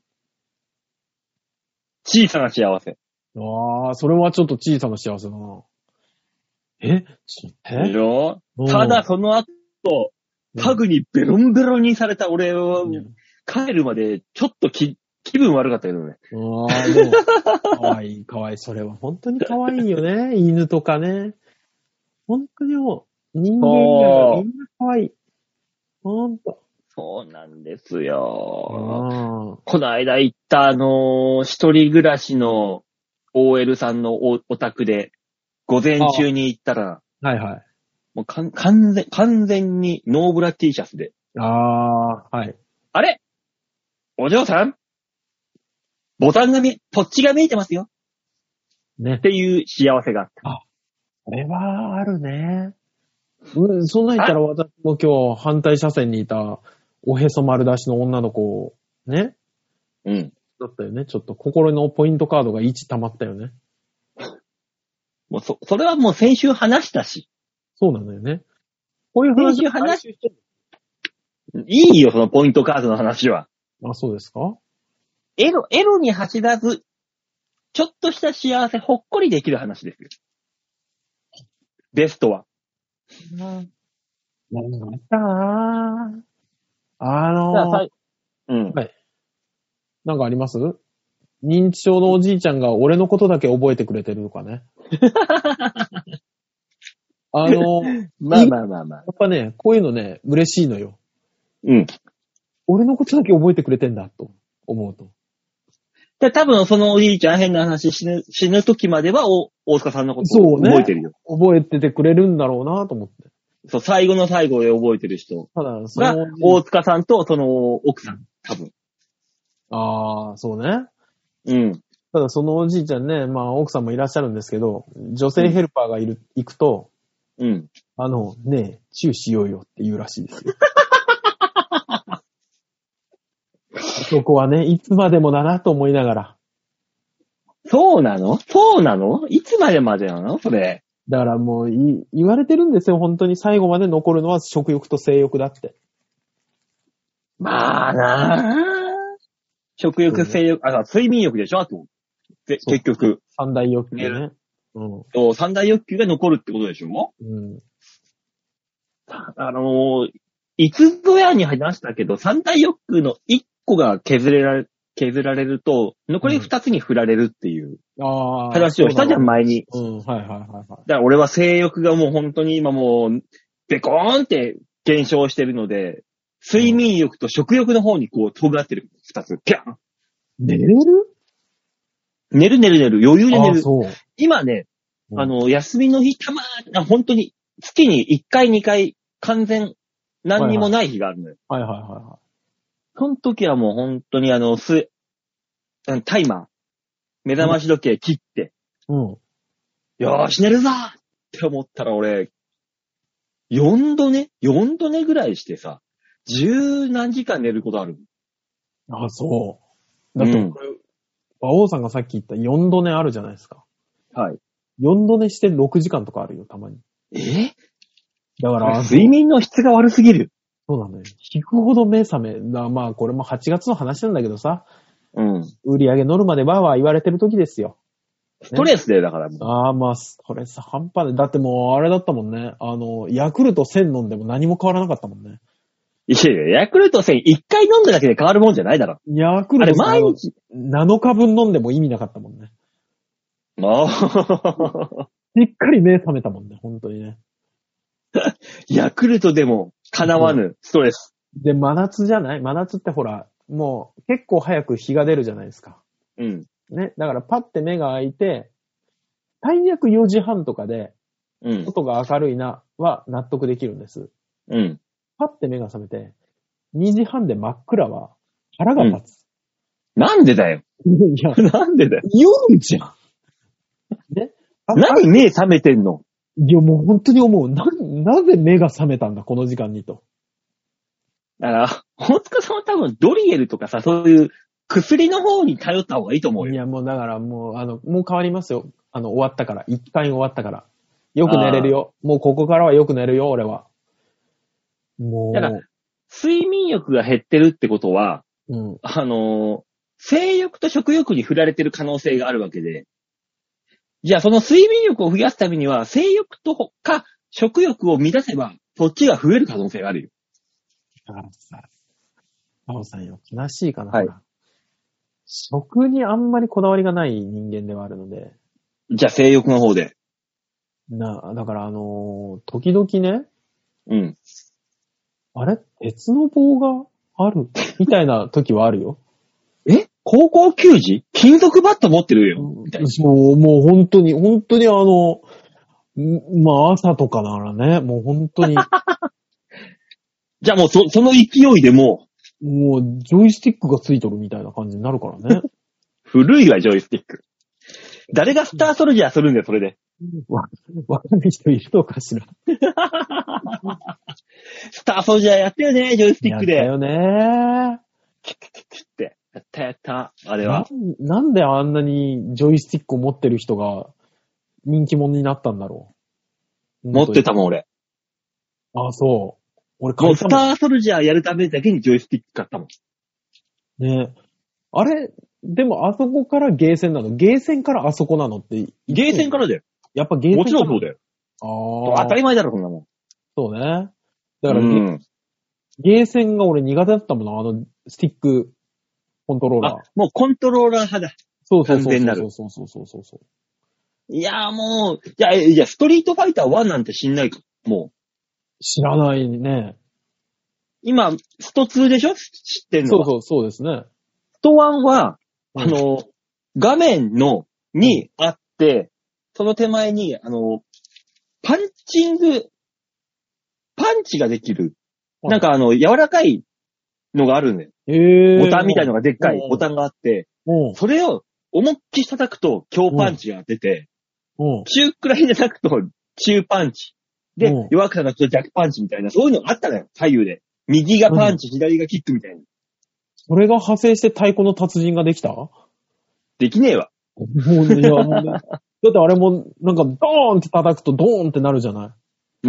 小さな幸せ。 ああ、それはちょっと小さな幸せだな。 でしょただその後、パグにベロンベロンにされた俺は、帰るまでちょっと気分悪かったけどね。 ああ、でも、かわいい、かわいい。それは本当にかわいいよね。犬とかね。本当にもう、人間がみんなかわいい。ほんと。 そうなんですよ。この間行った一人暮らしの OL さんのお宅で、午前中に行ったら、 はいはい。 もう完全にノーブラ T シャツで。 はい。 あれお嬢さんポッチが見えてますよ。 ね。 っていう幸せがあった。 これはあるね。そんな言ったら私も今日反対車線にいたおへそ丸出しの女の子、ね。 うん。 だったよね。ちょっと心のポイントカードが1溜まったよね。 もうそれはもう先週話したし。 そうなんだよね。こういう話していいよ、そのポイントカードの話は。 あ、そうですか？ エロに走らず、ちょっとした幸せ、ほっこりできる話ですよ。ベストは。 なんかあったなぁ。 うん。 はい。なんかあります？認知症のおじいちゃんが俺のことだけ覚えてくれてるとかね。まあ。やっぱね、こういうのね、嬉しいのよ。 うん。 俺のことだけ覚えてくれてんだ、と思うと。 で、多分そのおじいちゃん変な話死ぬ時までは大塚さんのことを覚えてるよ。 そうね。覚えててくれるんだろうなと思って。 そう、最後の最後で覚えてる人ただ、 が大塚さんとその奥さん、多分。 ああ、そうね。 うん。 ただそのおじいちゃんね、まあ奥さんもいらっしゃるんですけど、女性ヘルパーが行くと、 うん。 ねえ、チューしようよって言うらしいですよ。そこはね、いつまでもだなと思いながら。 そうなのいつまでなのそれ。 だからもう言われてるんですよ。本当に最後まで残るのは食欲と性欲だって。 まあなぁ。食欲、性欲、睡眠欲でしょあと。結局。 三大欲求ね。 うん。三大欲求が残るってことでしょうん。 いつぞやに話したけど、三大欲求の1個が削られると、残り2つに振られるっていう話をしたじゃん、前に。 うん、はいはいはい。 だから俺は性欲がもう本当に今もう、ベコーンって減少してるので、睡眠欲と食欲の方にこう、尖ってる。2つ。ピャン寝れる？ 寝る。余裕で寝る。 そう。 今ね、休みの日本当に月に1回2回完全何にもない日があるのよ。 はい。 その時はもう本当にタイマー、目覚まし時計切って、よーし寝るぞって思ったら俺、4度寝ぐらいしてさ、10何時間寝ることある。 あ、そう。だってこれ、馬王さんがさっき言った4度寝あるじゃないですか。 はい。 4度寝して6時間とかあるよ、たまに。だから、 睡眠の質が悪すぎる。 そうなんだよ。引くほど目覚め。まあ、これも8月の話なんだけどさ。 うん。 売り上げ乗るまでわーわー言われてる時ですよ。 ストレスで、だからもう。 まあ、ストレス半端ない。だってもう、あれだったもんね。ヤクルト1000飲んでも何も変わらなかったもんね。 いや、ヤクルト10001回飲んだだけで変わるもんじゃないだろ。 ヤクルトあれ毎日 7日分飲んでも意味なかったもんね。しっかり目覚めたもんね、本当にね。 ヤクルトでも叶わぬストレス。 で、真夏じゃない？真夏ってほら、もう結構早く日が出るじゃないですか。 うん。 ね。だからパッて目が開いて、最悪4時半とかで、外が明るいなは納得できるんです。 うん。 パッて目が覚めて、2時半で真っ暗は腹が立つ。 なんでだよ。 いや、 なんでだよ。 夜じゃん。ね。 何目覚めてんの？ いや、もう本当に思う。なぜ目が覚めたんだ、この時間にと。 だから、大塚さんは多分ドリエルとかさ、そういう薬の方に頼った方がいいと思うよ。 いや、もうだからもう変わりますよ。終わったから。一回終わったから。よく寝れるよ。もうここからはよく寝るよ、俺は。もう。 だから、 睡眠欲が減ってるってことは、 うん。 性欲と食欲に振られてる可能性があるわけで、じゃあその睡眠欲を増やすためには、性欲とか食欲を満たせば、そっちが増える可能性があるよ。 だからさ、バオさんよ、悲しいかな。 はい食にあんまりこだわりがない人間ではあるので。 じゃあ性欲の方で。 だから時々ね、 うん。 あれ鉄の棒があるみたいな時はあるよ。 高校球児金属バット持ってるよ。みたいな。 そう、もう本当にまあ朝とかならね、もう本当に、 じゃあもうその勢いでももうジョイスティックがついとるみたいな感じになるからね。 古いわ、ジョイスティック。誰がスターソルジャーするんだよ、それで。 わかんない人いるのかしら。 スターソルジャーやったよね、ジョイスティックで。 やったよね。 ってやった。あれは。 なんであんなにジョイスティックを持ってる人が人気者になったんだろう。 持ってたもん、俺。 あ、そう。俺もうスターソルジャーやるためだけにジョイスティック買ったもん。 ね。あれ、でもあそこからゲーセンなの？ゲーセンからあそこなのって。 ゲーセンからだよ。 やっぱゲーセンから。 もちろんそうだよ。 ああ。 当たり前だろ、そんなもん。 そうね。だから、 うんゲーセンが俺苦手だったもんな、スティックコントローラー。 もうコントローラー派だ。 そうそう完全なるそうそう。 いやーもう、いや、ストリートファイター1なんて知んないか。もう。 知らないね。 今、スト2でしょ知ってんのは。 そうですね。 スト1は、 うん画面にあって、その手前に、パンチができる。 はいなんか柔らかいのがあるんだよ。ボタンみたいのがでっかいボタンがあって、それを思いっきり叩くと強パンチが出て、中くらいで叩くと中パンチ。で、弱く叩くと弱パンチみたいな、そういうのがあったのよ、左右で。右がパンチ、左がキックみたいな。 それが派生して太鼓の達人ができた？ できねえわ。 もうね、だってあれも、なんかドーンって叩くとドーンってなるじゃない？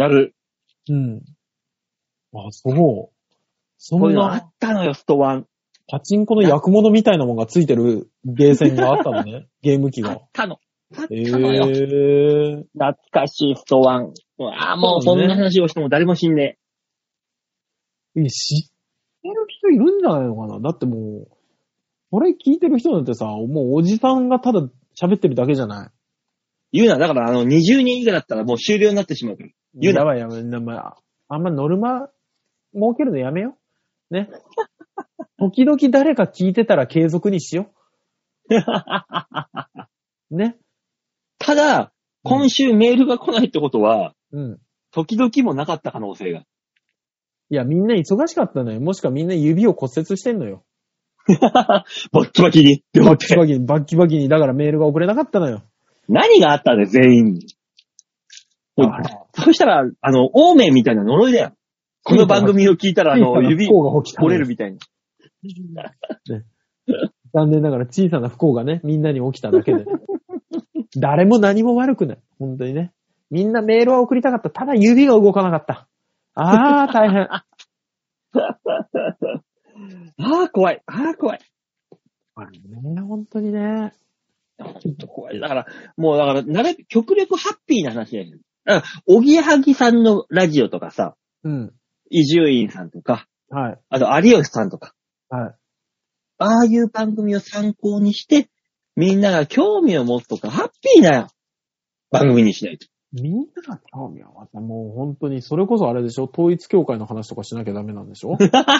なる。 うん。あ、そう。そそういうのあんなったのよ、スト1。 パチンコの役物みたいなものがついてるゲーセンがあったのね。ゲーム機が。 あったのよ。 懐懐かしいスト1。もうそんな話をしても誰も知んね知ってる人いるんじゃないのかな？だってもう、これ聞いてる人なんてさ、もうおじさんがただ喋ってるだけじゃない。 言うな、だから20人以下だったらもう終了になってしまうから。言うな。 やばい、あんまノルマ設けるのやめよ。ね。時々誰か聞いてたら継続にしよう。ね。 ただ、今週メールが来ないってことは、 うん。 時々もなかった可能性が。 いや、みんな忙しかったのよ。もしくはみんな指を骨折してんのよ。 バッキバキに。 バッキバキに、だからメールが送れなかったのよ。 何があったんだよ、全員に。そしたら、オーメンみたいな呪いだよ。この番組を聞いたら、指折れるみたいな。 ね、残念ながら小さな不幸がね、みんなに起きただけで。誰も何も悪くない。本当にね。みんなメールは送りたかった。ただ指が動かなかった。大変。 怖い。 ね、本当にね。 ちょっと怖い。だから、極力ハッピーな話だよ。おぎやはぎさんのラジオとかさ、 うん。 伊集院さんとか、 はい。 あと有吉さんとか、 はい。 ああいう番組を参考にして、みんなが興味を持つとか、ハッピーな番組にしないと。 みんなが興味を持つ。もう本当に、それこそあれでしょ？統一教会の話とかしなきゃダメなんでしょ？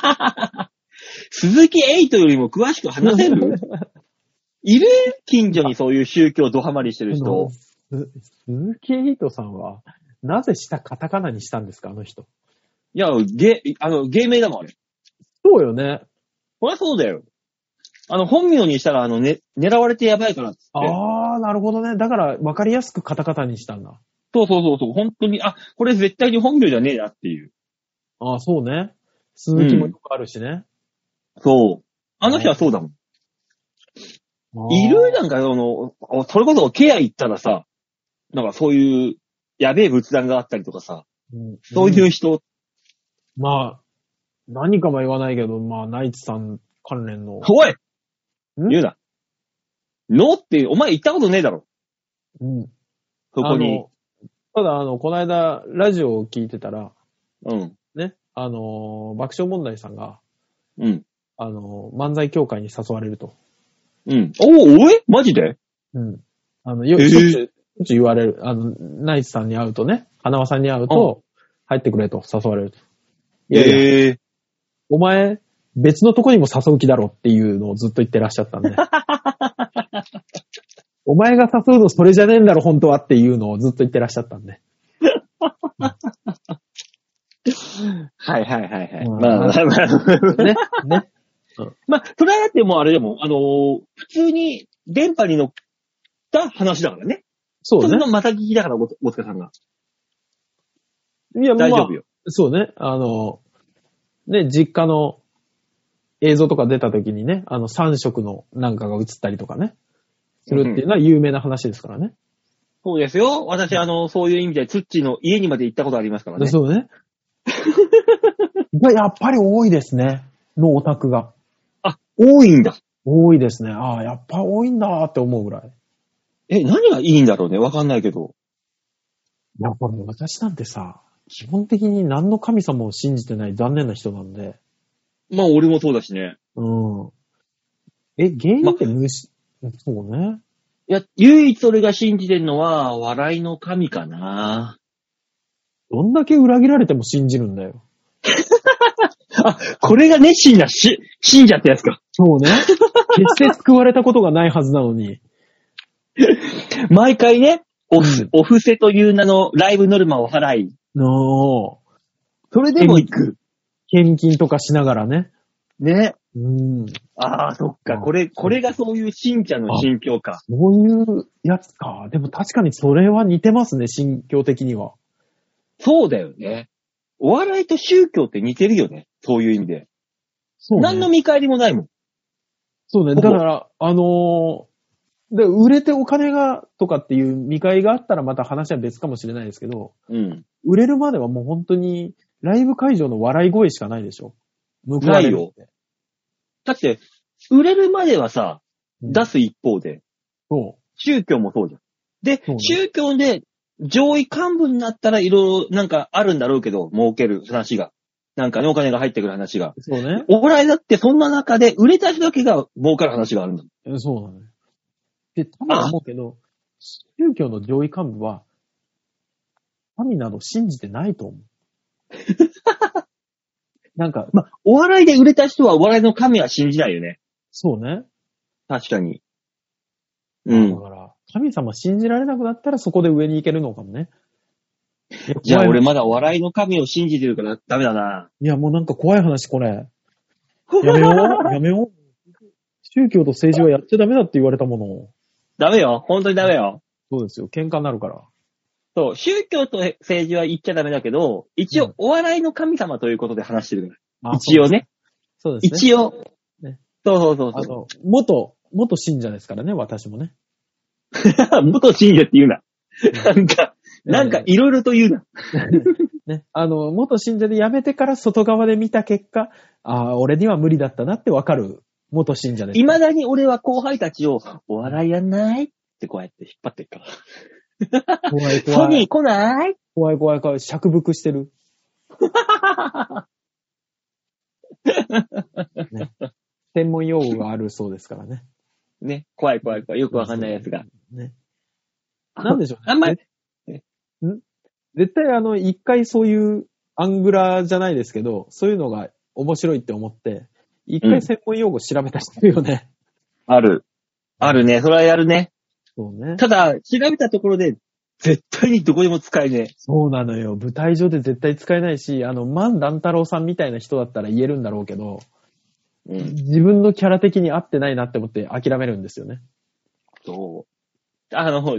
鈴木エイトよりも詳しく話せるいる近所にそういう宗教ドハマりしてる人。 鈴木エイトさんは、なぜカタカナにしたんですか、あの人。 いや、芸名だもん、あれ。 そうよね。 こりゃそうだよ。本名にしたら、狙われてやばいからっつって。 なるほどね。だから、わかりやすくカタカナにしたんだ。 そう。本当に、これ絶対に本名じゃねえなっていう。 そうね。鈴木もよくあるしね。 そう。あの人はそうだもん。いるなんか、それこそケア行ったらさ、なんかそういう、やべえ仏壇があったりとかさ、そういう人。 まあ、 何かも言わないけど、まあ、ナイツさん関連の。 おい言うな。ノって、お前行ったことねえだろ。 うん。 そこに。 ただ、この間、ラジオを聞いてたら、 うん。 ね、爆笑問題さんが、 うん。 漫才協会に誘われると。 うん。おえマジで？ うん。しょっちゅう言われる。ナイツさんに会うとね、花輪さんに会うと、入ってくれと誘われると。いやお前、別のとこにも誘う気だろっていうのをずっと言ってらっしゃったんで。お前が誘うのそれじゃねえんだろ、本当はっていうのをずっと言ってらっしゃったんで。 はいはいはいはい。 うん、 まあ、 ね。ね。 まあ、それはだってもうあれでも、普通に電波に乗った話だからね。 そうね。 それのまた聞きだから、大塚さんが。 いや、 大丈夫よ。 そうね。ね、実家の映像とか出た時にね、3色のなんかが映ったりとかね、するっていうのは有名な話ですからね。 そうですよ。私、そういう意味で、ツッチーの家にまで行ったことありますからね。 そうね。やっぱり多いですね。のオタクが。 あ、多いんだ。 多いですね。ああ、やっぱ多いんだって思うぐらい。 何がいいんだろうね。わかんないけど。 やっぱり私なんてさ、基本的に何の神様を信じてない残念な人なんで。 まあ、俺もそうだしね。 うん。原因ってそうね。 いや、唯一俺が信じてるのは、笑いの神かな。 どんだけ裏切られても信じるんだよ。 あ、これが熱心な信者ってやつか。 そうね。決して救われたことがないはずなのに。 毎回ね、お布施という名のライブノルマを払い。 それでも行く。 献金とかしながらね。 ね。 うん。 ああ、そっか。これがそういう信者の心境か。 そういうやつか。でも確かにそれは似てますね、心境的には。 そうだよね。お笑いと宗教って似てるよね。そういう意味で。 そうね。 何の見返りもないもん。 そうね。だから、で、売れてお金が、とかっていう見返りがあったらまた話は別かもしれないですけど、 うん。 売れるまではもう本当に、ライブ会場の笑い声しかないでしょ。 ないよ。だって、売れるまではさ、出す一方で、 そう。 宗教もそうじゃん。で、 そうね、 宗教で上位幹部になったらいろいろなんかあるんだろうけど、儲ける話が。なんかね、お金が入ってくる話が。 そうね。 お笑いだってそんな中で売れた人だけが儲かる話があるんだ。 そうなのよ。で、多分思うけど、宗教の上位幹部は、神など信じてないと思う。なんか、 ま、お笑いで売れた人はお笑いの神は信じないよね。 そうね。 確かに。うん。 だから、神様信じられなくなったらそこで上に行けるのかもね。 じゃあ俺まだお笑いの神を信じてるからダメだな。 いや、もうなんか怖い話これ。やめようやめよう。宗教と政治はやっちゃダメだって言われたもの。 ダメよ。本当にダメよ。 そうですよ。喧嘩になるから。 そう、宗教と政治は言っちゃダメだけど、一応お笑いの神様ということで話してるから。一応ね。 そうですね。 一応。 ね、 そう。 元信者ですからね、私もね。 元信者って言うな。なんかいろいろと言うな。 ね、元信者で辞めてから外側で見た結果、俺には無理だったなってわかる元信者です。 未だに俺は後輩たちを、お笑いやんないってこうやって引っ張ってるから。 怖い。 ソニー来ない怖い。釈伏してる。ね、専門用語があるそうですからね。 ね。怖い。よくわかんないやつが。 ね。なんでしょうね。 あんまり。 絶対一回そういうアングラじゃないですけど、そういうのが面白いって思って、一回専門用語調べた人いるよね。 あるね。それはやるね。 そうね。 ただ、調べたところで、絶対にどこでも使えねえ。 そうなのよ。舞台上で絶対使えないし、万段太郎さんみたいな人だったら言えるんだろうけど、自分のキャラ的に合ってないなって思って諦めるんですよね。 そう。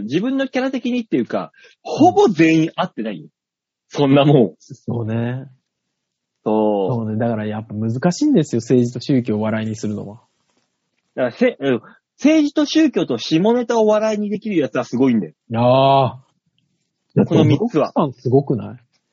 自分のキャラ的にっていうか、ほぼ全員合ってないよ。そんなもん。 そうね。 そうね。だからやっぱ難しいんですよ。政治と宗教を笑いにするのは。 だから政治と宗教と下ネタを笑いにできるやつはすごいんだよ。 ああ。 この3つは。 すごくない？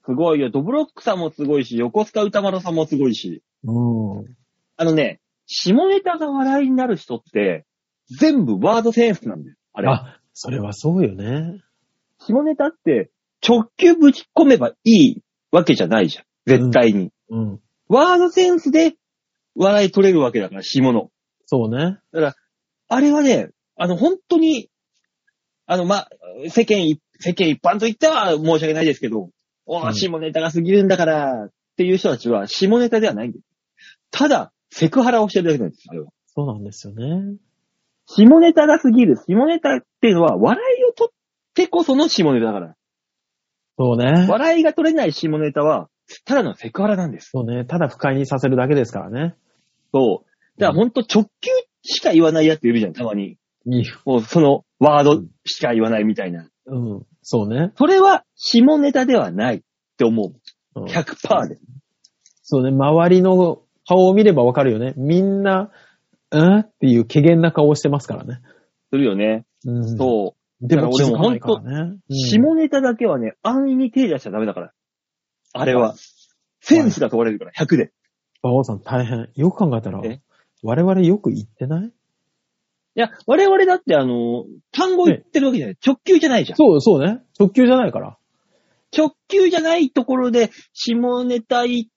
すごいよ。ドブロックさんもすごいし、横須賀歌丸さんもすごいし。 うん。 下ネタが笑いになる人って、全部ワードセンスなんだよ。あれ。 あ、それはそうよね。 下ネタって、直球ぶち込めばいいわけじゃないじゃん。絶対に。 うん。 ワードセンスで笑い取れるわけだから、下の。 そうね。 だから、あれはね、本当に、世間一般といっては申し訳ないですけど、下ネタが過ぎるんだからっていう人たちは下ネタではないんです。ただ、セクハラをしてるだけなんです、あれは。 そうなんですよね。 下ネタが過ぎる。下ネタっていうのは笑いを取ってこその下ネタだから。 そうね。 笑いが取れない下ネタは、ただのセクハラなんです。 そうね。ただ不快にさせるだけですからね。 そう。だからほんと直球しか言わないやついるじゃん、たまに。もうそのワードしか言わないみたいな。 うん。そうね。 それは下ネタではないって思う。 うん、 100% で。 そうね。周りの顔を見ればわかるよね。みんな、っていう怪げな顔をしてますからね。 するよね。 うん。 そう。 でも俺も本当、下ネタだけはね、安易に手出しちゃダメだから。あれは。センスが問われるから、100で。 馬王さん大変。よく考えたら、我々よく言ってない？ いや、我々だって単語言ってるわけじゃない。直球じゃないじゃん。 そうね。直球じゃないから。 直球じゃないところで、下ネタ言って、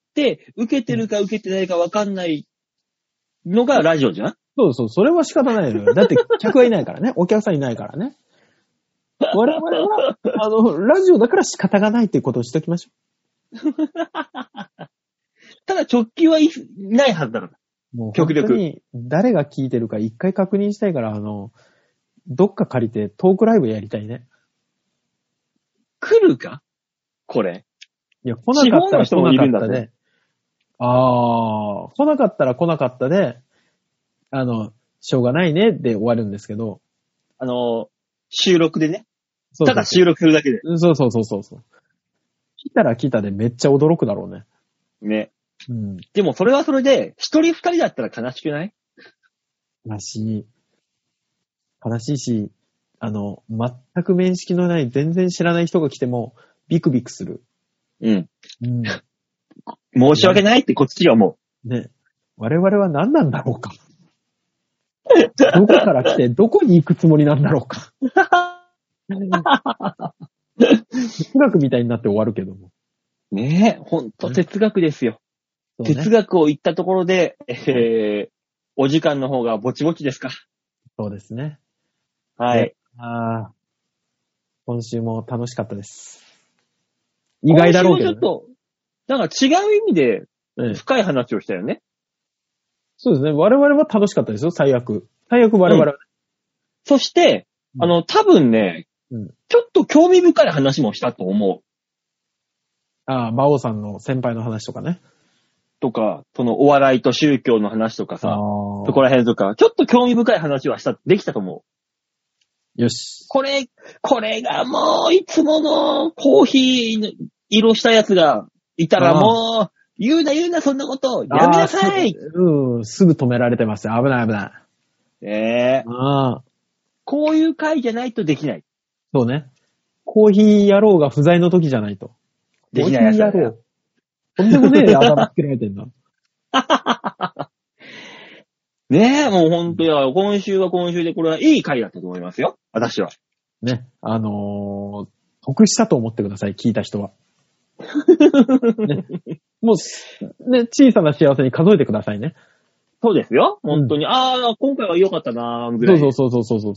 受けてるか受けてないか分かんないのがラジオじゃん？ そう。それは仕方ないのよ。だって客はいないからね。お客さんいないからね。我々は、ラジオだから仕方がないっていうことをしときましょう。 ただ直球はいないはずだから。 もう極力。本当に誰が聞いてるか一回確認したいから、どっか借りてトークライブやりたいね。 来るかこれ。 いや、来なかったら来なかったで。来なかったら来なかったで、しょうがないねで終わるんですけど。 収録でね。ただ収録するだけで。 そう。来たら来たでめっちゃ驚くだろうね。 ね。 うん。 でもそれはそれで、一人二人だったら悲しくない？ 悲しいし、全く面識のない、全然知らない人が来ても、ビクビクする。 うん。申し訳ないってこっちは思う。ね。我々は何なんだろうか。どこから来て、どこに行くつもりなんだろうか。哲学みたいになって終わるけども。 ねえ、ほんと哲学ですよ。ね、哲学を言ったところで、お時間の方がぼちぼちですか。 そうですね。 はい。 今週も楽しかったです。意外だろうけど、ね。 今週もちょっと、なんか違う意味で深い話をしたよね。 そうですね。我々は楽しかったですよ、最悪我々は。 そして、多分ね、ちょっと興味深い話もしたと思う。 馬王さんの先輩の話とかね。 とか、そのお笑いと宗教の話とかさ、そこら辺とか、ちょっと興味深い話はできたと思う。よし。 これがもう、いつものコーヒー色したやつがいたらもう、言うな、そんなこと。やめなさい。 すぐ止められてますよ。危ない。 こういう回じゃないとできない。 そうね。コーヒー野郎が不在の時じゃないと。 できないやつだよ。 とんでもねえあだ名つけられてんだ。 ねえ、もうほんとや、今週は今週でこれはいい回だったと思いますよ。私は。 ね。得したと思ってください、聞いた人は。ね、もう、ね、小さな幸せに数えてくださいね。 そうですよ。本当に。今回は良かったなぁ、ぐらい。 そう。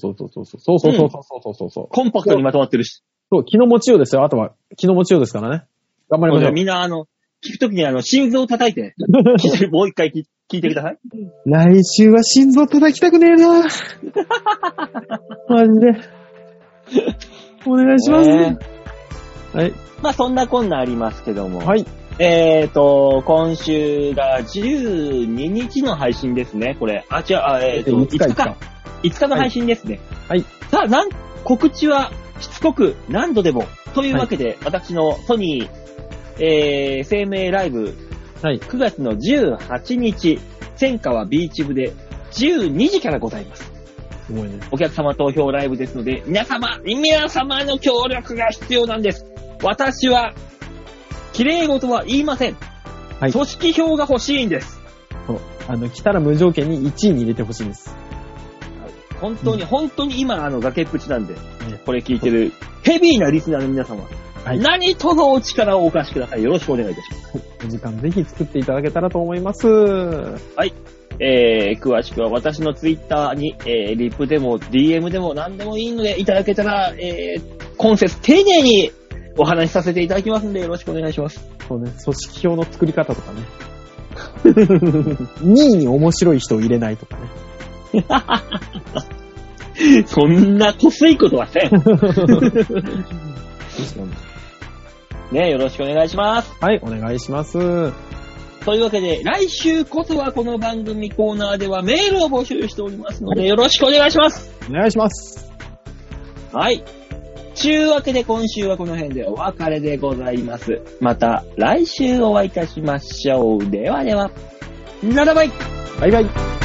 コンパクトにまとまってるし。 そう、気の持ちようですよ。あとは、気の持ちようですからね。頑張りましょう。 みんな、聞くときに心臓を叩いて、もう一回聞いてください。 来週は心臓叩きたくねえなマジで。お願いします。はい。 まあ、そんなこんなありますけども。 はい。 今週が12日の配信ですね、これ。5日の配信ですね。 はい。 さあ、告知はしつこく何度でも。というわけで、私のソニー、生命ライブ、 はい。 9月の18日、千川ビーチ部で12時からございます。 すごいね。 お客様投票ライブですので、皆様の協力が必要なんです。私は、 綺麗事は言いません。 はい。 組織票が欲しいんです。 そう。来たら無条件に1位に入れてほしいんです。 本当に今、崖っぷちなんで、これ聞いてるヘビーなリスナーの皆様、はい、何とぞお力をお貸しください。よろしくお願いいたします。 お時間ぜひ作っていただけたらと思います。 はい。詳しくは私のツイッターに、リップでも DM でも何でもいいのでいただけたら、今節丁寧にお話しさせていただきますのでよろしくお願いします。 そうね、組織票の作り方とかね。2位に面白い人を入れないとかね。 そんなこすいことはせん。ね、よろしくお願いします。 はい、お願いします。 というわけで、来週こそはこの番組コーナーではメールを募集しておりますので、よろしくお願いします。 お願いします。 はい。ちゅうわけで今週はこの辺でお別れでございます。また来週お会いいたしましょう。ではでは。ならばい。 バイバイ。